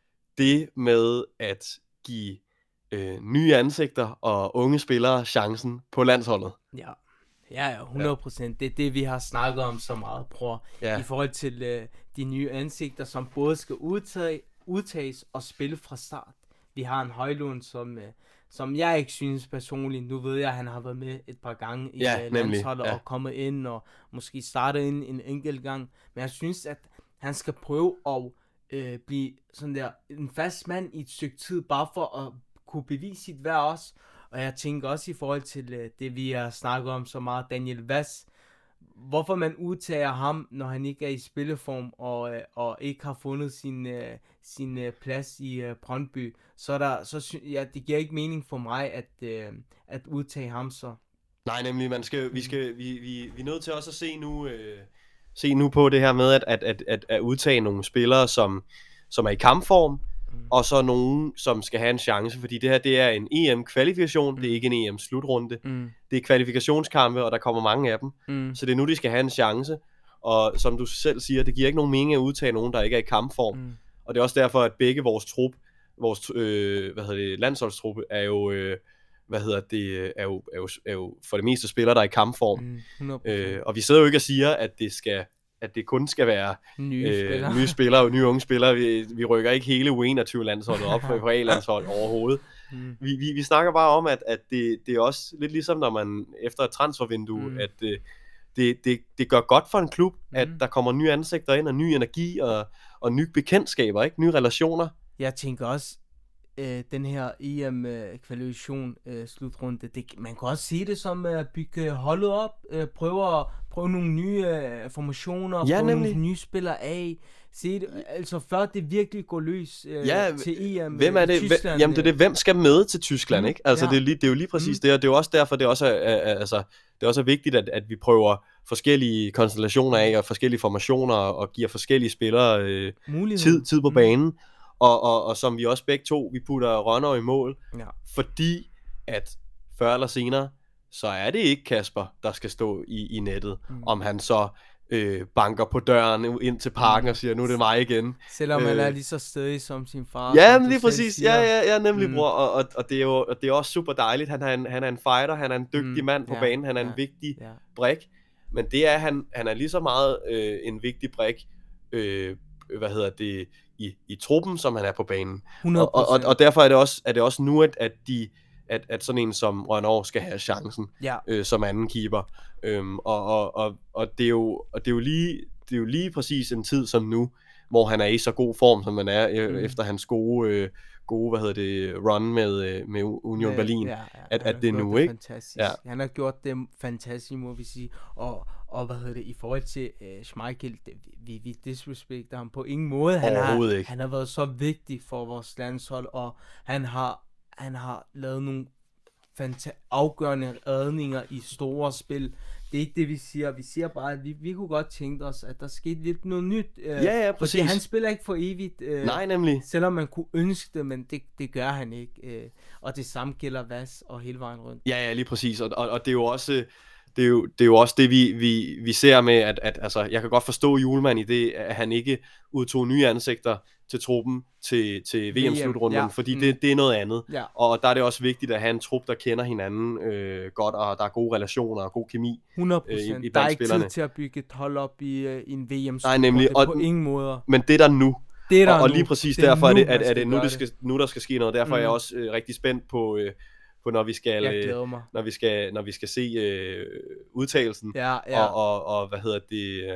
det med at give øh, nye ansigter og unge spillere chancen på landsholdet. Ja, ja, ja, hundrede procent. Ja. Det er det, vi har snakket om så meget, bror. Ja. I forhold til øh, de nye ansigter, som både skal udtage, udtages og spille fra start. Vi har en Højlund, som, øh, som jeg ikke synes personligt. Nu ved jeg, at han har været med et par gange i ja, øh, landsholdet ja. og kommet ind og måske startet ind en enkelt gang. Men jeg synes, at han skal prøve at øh, blive sådan der en fast mand i et stykke tid, bare for at kunne bevise sit værd også. Og jeg tænker også i forhold til øh, det, vi har snakket om så meget, Daniel Vaz. Hvorfor man udtager ham, når han ikke er i spilleform, og, øh, og ikke har fundet sin, øh, sin øh, plads i øh, Brøndby, så, er der, så sy- ja, det giver ikke mening for mig, at, øh, at udtage ham så. Nej, nemlig, man skal, vi, skal, vi, vi, vi er nødt til også at se nu, øh, se nu på det her med at, at, at, at, at udtage nogle spillere, som, som er i kampform, mm. og så nogen, som skal have en chance, fordi det her, det er en E M-kvalifikation, mm. det er ikke en E M-slutrunde, mm. det er kvalifikationskampe, og der kommer mange af dem, mm. så det er nu, de skal have en chance, og som du selv siger, det giver ikke nogen mening at udtage nogen, der ikke er i kampform, mm. og det er også derfor, at begge vores trup, vores øh, hvad hedder det, landsholdstruppe, er jo... Øh, hvad hedder det, er jo, er jo, er jo for det meste spillere, der er i kampform. Mm, øh, og vi sidder jo ikke og siger, at det skal, at det kun skal være nye øh, spillere, nye spillere og nye unge spillere. Vi, vi rykker ikke hele U enogtyve-landsholdet op for A-landshold overhovedet. Mm. Vi, vi, vi snakker bare om, at, at det, det er også lidt ligesom, når man efter et transfervindue, mm. at det, det, det, det gør godt for en klub, mm. at der kommer nye ansigter ind, og ny energi, og, og nye bekendtskaber, ikke? Nye relationer. Jeg tænker også, Øh, den her E M-kvalifikation øh, slutrunde, det, man kan også se det som at øh, bygge holdet op, øh, prøve, prøve nogle nye øh, formationer, ja, prøve nemlig. nogle nye spillere af, se det, altså før det virkelig går løs øh, ja, til E M hvem er det? i Tyskland. Jamen det er det, hvem skal med til Tyskland, mm, ikke? Altså ja. det, er lige, det er jo lige præcis mm. det, og det er jo også derfor, det er også er, er, altså, det er også er vigtigt, at, at vi prøver forskellige konstellationer af, og forskellige formationer, og giver forskellige spillere øh, tid, tid på mm. banen. Og, og, og som vi også begge to, vi putter Rønner i mål, ja. fordi at før eller senere, så er det ikke Kasper, der skal stå i, i nettet, mm. om han så øh, banker på døren ind til parken mm. og siger, nu er det mig igen. Selvom øh, han er lige så stedig som sin far. Ja, men lige præcis, ja, ja, ja, nemlig mm. bror, og, og, og, det er jo, og det er også super dejligt, han er en, han er en fighter, han er en dygtig mm. mand på ja, banen, han er ja, en vigtig ja. brik, men det er han, han er lige så meget øh, en vigtig brik, øh, hvad hedder det, i, i truppen, som han er på banen. Og, og, og derfor er det også, er det også nu, at, at, de, at, at sådan en som Rønner skal have chancen ja. øh, som anden keeper. Øhm, og, og, og, og, det er jo, og det er jo lige det er jo lige præcis en tid som nu, hvor han er i så god form, som han er, øh, mm. efter hans gode, øh, gode, hvad hedder det, run med, med Union Berlin, ja, ja, at, at det er nu, det ikke? Fantastisk. Ja. Han har gjort det fantastisk, må vi sige, og, og hvad hedder det, i forhold til uh, Schmeichel, det, vi, vi disrespekter ham på ingen måde. Han har, ikke. Han har været så vigtig for vores landshold, og han har, han har lavet nogle fanta- afgørende redninger i store spil. Det er ikke det, vi siger. Vi siger bare, at vi, vi kunne godt tænke os, at der skete lidt noget nyt. Øh, ja, ja, præcis. Fordi han spiller ikke for evigt. Øh, Nej, nemlig. Selvom man kunne ønske det, men det, det gør han ikke. Øh, og det samme gælder Vaz og hele vejen rundt. Ja, ja, lige præcis. Og, og, og det er jo også... Det er, jo, det er jo også det, vi, vi, vi ser med, at, at altså, jeg kan godt forstå Hjulmand i det, at han ikke udtog nye ansigter til truppen til, til V M-slutrunden, ja. fordi mm. det, det er noget andet. Ja. Og der er det også vigtigt at have en trup, der kender hinanden øh, godt, og der er gode relationer og god kemi. hundrede procent. Øh, i, i der er ikke tid til at bygge et hold op i, uh, i en V M-slutrunde. Nej, nemlig. Og, på ingen måder. Men det er der nu. Det er der og, og nu. lige præcis det er derfor nu, er det, at, at det, nu, det skal, det. nu der skal ske noget. Derfor mm. er jeg også øh, rigtig spændt på... Øh, på når vi skal øh, når vi skal når vi skal se øh, udtagelsen ja, ja. Og, og og hvad hedder det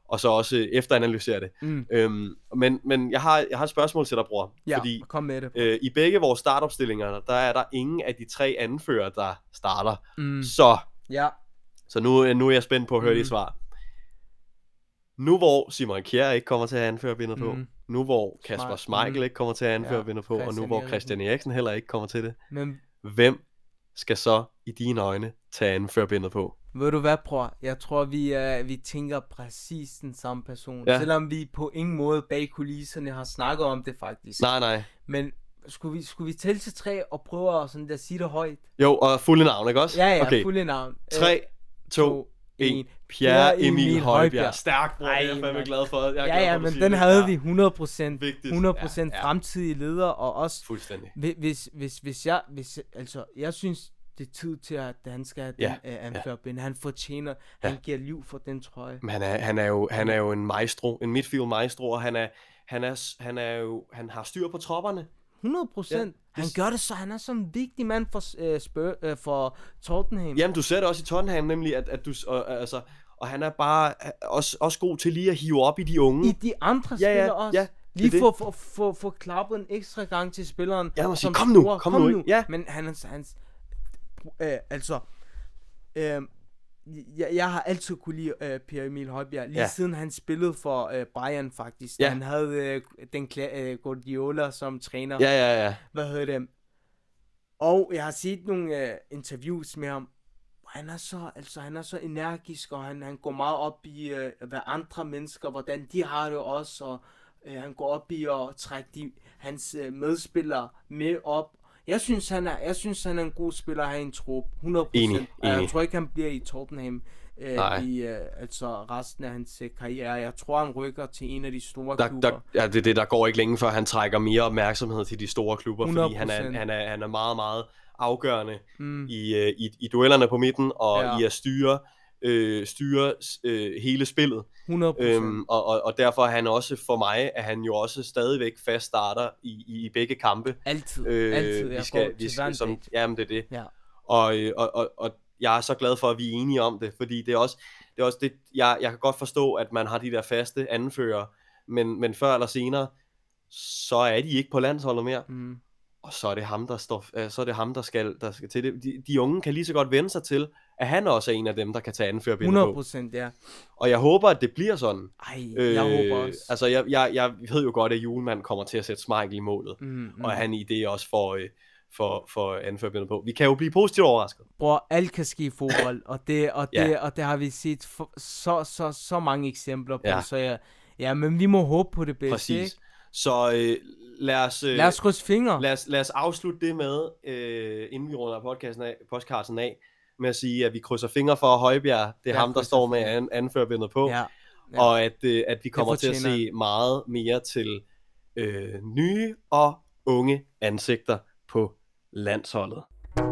og så også efteranalysere det. Mm. Øhm, men men jeg, har, jeg har et spørgsmål til dig, bror. Ja, fordi, kom med det. Øh, i begge vores startopstillinger, der er der ingen af de tre anfører, der starter. Mm. Så, ja. så nu, nu er jeg spændt på at høre Mm. dit svar. Nu hvor Simon Kjær ikke kommer til at anføre bindet på, Mm. nu hvor Kasper Schmeichel Mm. ikke kommer til at anføre Ja, bindet på, og nu Christian hvor Eriksen. Christian Eriksen heller ikke kommer til det, Men hvem skal så i dine øjne tage anføre bindet på? ved du hvad, bror? Jeg tror, vi, uh, vi tænker præcis den samme person. Ja. Selvom vi på ingen måde bag kulisserne har snakket om det faktisk. Nej, nej. Men skulle vi, skulle vi tælle til tre og prøve at sådan der sige det højt? Jo, og fulde navn, ikke også? Ja, ja, okay. fulde navn. tre, to, en. Pierre Emil Højbjerg. Stærkt, bror. Det er jeg fandme man. glad for. Jeg er Ja, glad ja, for, men siger den det. havde Ja. vi hundrede procent. Vigtigt. hundrede procent Ja, ja. fremtidige ledere, og også Fuldstændig. Hvis, hvis, hvis, hvis jeg, hvis, altså, jeg synes, det er tid til, at han skal have Ja, den uh, anførbind. Han fortjener, Ja. han giver liv for den trøje. Men han er, han er jo, han er jo en maestro, en midfield maestro, og han er, han er, han er jo, han har styr på tropperne. hundrede procent. Ja, Han det- gør det så, han er så en vigtig mand for, uh, Spur, uh, for Tottenham. Jamen, du ser det også i Tottenham, nemlig, at, at du, og, altså, og han er bare også, også god til lige at hive op i de unge. I de andre Ja, ja, spillere også. ja, det er Lige det. få for, for, for klappet en ekstra gang til spilleren. Ja, man siger, som kom nu, scorer. kom nu, ikke? Ja. Men han, hans, hans øh, altså, øh, jeg, jeg har altid kunne lide øh, Pierre Emil Højbjerg, lige Ja. ja. siden han spillede for øh, Bayern faktisk. Ja. Ja. Han havde øh, den kla- øh, Guardiola som træner. Ja, ja, ja. Hvad hedder det? Og jeg har set nogle øh, interviews med ham. Han er så, altså han er så energisk, og han, han går meget op i, øh, hvad andre mennesker, hvordan de har det også, og øh, han går op i at trække de, hans øh, medspillere med op. Jeg synes, han er, jeg synes, han er en god spiller at have i en trup, hundrede procent. Enig, Og jeg enig. tror ikke, han bliver i Tottenham Nej. øh, i øh, altså resten af hans øh, karriere. Jeg tror, han rykker til en af de store Der, klubber. der, ja, det er det, der går ikke længe før han trækker mere opmærksomhed til de store klubber, fordi han er, hundrede procent. han, er, han er meget, meget afgørende Mm. i, øh, i, i duellerne på midten, og Ja. i at styre, øh, styre øh, hele spillet. hundrede procent. Øhm, og, og, og derfor er han også, for mig, er han jo også stadigvæk fast starter i, i, i begge kampe. altid, Øh, altid. vi Jeg skal, går vi til skal, som, Vantage. jamen det er det. Ja. Og, øh, og, og, og jeg er så glad for, at vi er enige om det, fordi det er også det, er også det jeg, jeg kan godt forstå, at man har de der faste anfører, men, men før eller senere, så er de ikke på landsholdet mere, Mm. og så er det ham, der, står, øh, så er det ham, der skal, der skal til det. De, de unge kan lige så godt vende sig til, at han også er en af dem, der kan tage anførbindet hundrede på. procent, ja. Og jeg håber, at det bliver sådan. Ej, jeg håber også. Altså, jeg, jeg, jeg ved jo godt, at Julemand kommer til at sætte Schmeichel i målet, Mm, mm. og han i det også får, øh, for, for anførbindet på. Vi kan jo blive positivt overrasket. Bror, alt kan ske i fodbold, og det, og det, Ja. og det har vi set for, så, så, så mange eksempler på, Ja. så ja, ja, men vi må håbe på det bedste, Præcis. ikke? Så øh, lad os... Øh, Lad os krydse fingre. lad os, lad os afslutte det med, øh, inden vi runder podcasten af, podcasten af, med at sige, at vi krydser fingre for Højbjerg. Det er Ja, ham, der krydser står med fingre. an, anførbindet på. Ja, ja. Og at, øh, at vi kommer til at fortjener se meget mere til øh, nye og unge ansigter på landsholdet.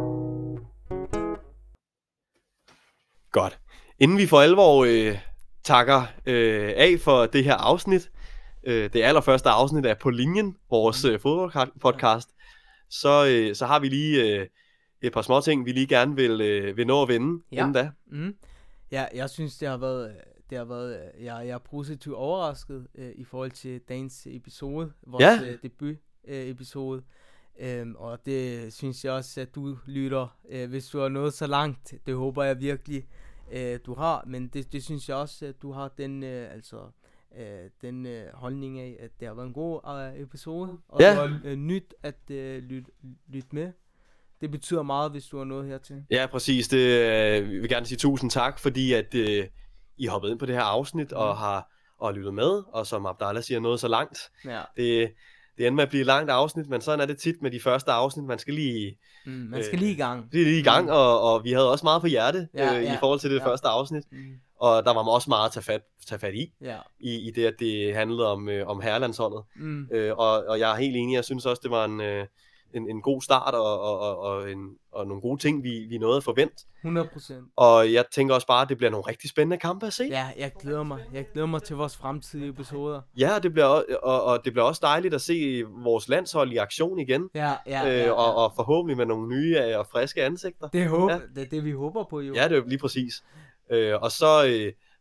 Godt. Inden vi for alvor øh, takker øh, af for det her afsnit, øh, det allerførste afsnit af På Linjen, vores øh, fodboldpodcast, så, øh, så har vi lige øh, et par små ting, vi lige gerne vil, øh, vil nå at vende Ja. inden da. Mm. Ja, jeg synes, det har været, det har været jeg, jeg er positivt overrasket øh, i forhold til dagens episode, vores Ja. øh, debut øh, episode. Øhm, og det synes jeg også, at du lytter, øh, hvis du har nået så langt. Det håber jeg virkelig, øh, du har. Men det, det synes jeg også, at du har den, øh, altså, øh, den øh, holdning af, at det har været en god øh, episode. Og Ja. det var øh, nyt at øh, lytte lyt med. Det betyder meget, hvis du har nået hertil. Ja, præcis. Det, øh, vi vil gerne sige tusind tak, fordi at øh, I hoppede ind på det her afsnit og har og lyttet med, og som Abdallah siger, nået så langt. Ja. Det, det ender med at blive et langt afsnit, men sådan er det tit med de første afsnit. Man skal lige, Mm, man skal Øh, lige i gang. lige, lige i gang, og, og vi havde også meget på hjerte Ja, øh, ja, i forhold til det ja. første afsnit. Mm, Og der var også meget at tage fat, tage fat i, ja. i, i det, at det handlede om, øh, om herrelandsholdet. Mm, Øh, og, og jeg er helt enig, jeg synes også, det var en, øh, en, en god start, og, og, og, og, en, og nogle gode ting, vi, vi nåede at forvente. hundrede procent. Og jeg tænker også bare, at det bliver nogle rigtig spændende kampe at se. Ja, jeg glæder mig. Jeg glæder mig til vores fremtidige episoder. Ja, det bliver, o- og, og det bliver også dejligt at se vores landshold i aktion igen. Ja, ja, øh, ja, ja. Og, og forhåbentlig med nogle nye øh, og friske ansigter. Det, håber, Ja. det er det, vi håber på, jo. Ja, det er jo lige præcis. Øh, og så, øh,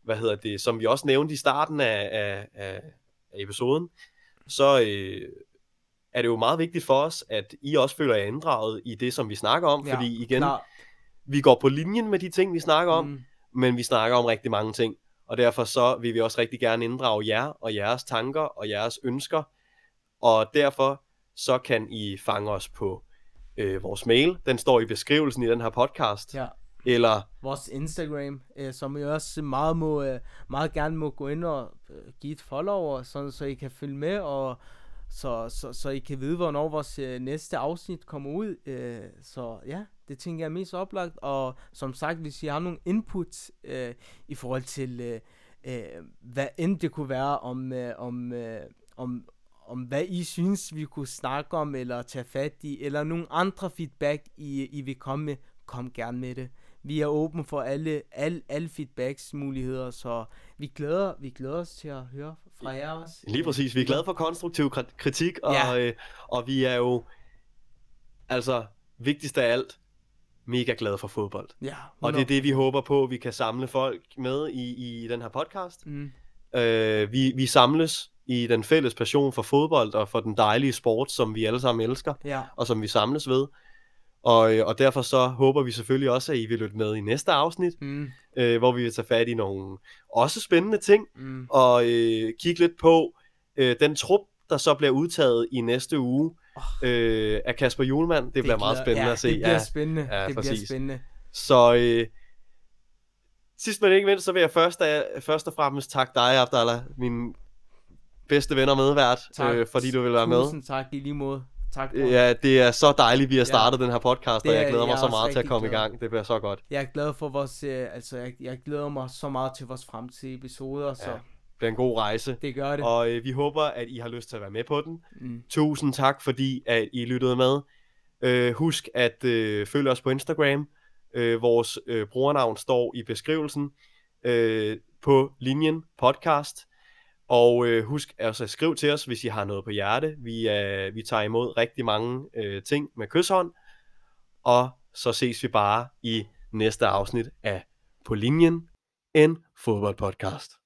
hvad hedder det, som vi også nævnte i starten af, af, af, af episoden, så øh, er det jo meget vigtigt for os, at I også føler jer inddraget i det, som vi snakker om, Ja, fordi igen, klart. vi går på linjen med de ting, vi snakker om, Mm. men vi snakker om rigtig mange ting, og derfor så vil vi også rigtig gerne inddrage jer, og jeres tanker, og jeres ønsker, og derfor så kan I fange os på øh, vores mail, den står i beskrivelsen i den her podcast, Ja. eller Vores Instagram, øh, som I også meget, må, øh, meget gerne må gå ind og øh, give et follower, sådan, så I kan følge med, og så, så, så I kan vide, hvornår vores øh, næste afsnit kommer ud. Øh, så ja, det tænker jeg er mest oplagt. Og som sagt, hvis I har nogle input øh, i forhold til, øh, øh, hvad end det kunne være, om, øh, om, øh, om, om hvad I synes, vi kunne snakke om, eller tage fat i, eller nogle andre feedback, I, I vil komme med, kom gerne med det. Vi er åbne for alle, alle, alle feedbacks muligheder, så vi glæder, vi glæder os til at høre fra jer også. lige præcis, vi er glade for konstruktiv kri- kritik, og, Ja. øh, og vi er jo, altså, vigtigst af alt, mega glade for fodbold. Ja, Og det er det, vi håber på, vi kan samle folk med i, i den her podcast. Mm. Øh, vi, vi samles i den fælles passion for fodbold, og for den dejlige sport, som vi alle sammen elsker, Ja, og som vi samles ved. Og, øh, og derfor så håber vi selvfølgelig også, at I vil lytte med i næste afsnit, mm. øh, hvor vi vil tage fat i nogle også spændende ting, Mm. og øh, kigge lidt på øh, den trup, der så bliver udtaget i næste uge øh, af Kasper Hjulmand. Det, det bliver meget glæder- spændende ja, at se. det bliver Ja. spændende. Ja, det præcis. bliver spændende. Så øh, sidst men ikke mindst, så vil jeg først, af, først og fremmest takke dig, Abdallah, min bedste ven og medvært, Tak. øh, fordi du vil være med. Tusind tak i lige måde. Tak, bror. Ja, det er så dejligt, vi har startet Ja. den her podcast, Det og jeg er- glæder mig jeg er så også meget til at rigtig komme glad. i gang. Det bliver så godt. Jeg er glad for vores, øh, altså jeg, jeg glæder mig så meget til vores fremtidige episoder, så Ja. Det bliver en god rejse. det gør det. Og øh, vi håber, at I har lyst til at være med på den. Mm. Tusind tak, fordi at I lyttede med. Øh, husk at øh, følge os på Instagram. Øh, vores øh, brugernavn står i beskrivelsen øh, på linjen podcast. Og øh, husk altså at skrive til os, hvis I har noget på hjerte. Vi, øh, vi tager imod rigtig mange øh, ting med kysshånd. Og så ses vi bare i næste afsnit af På Linjen, en fodboldpodcast.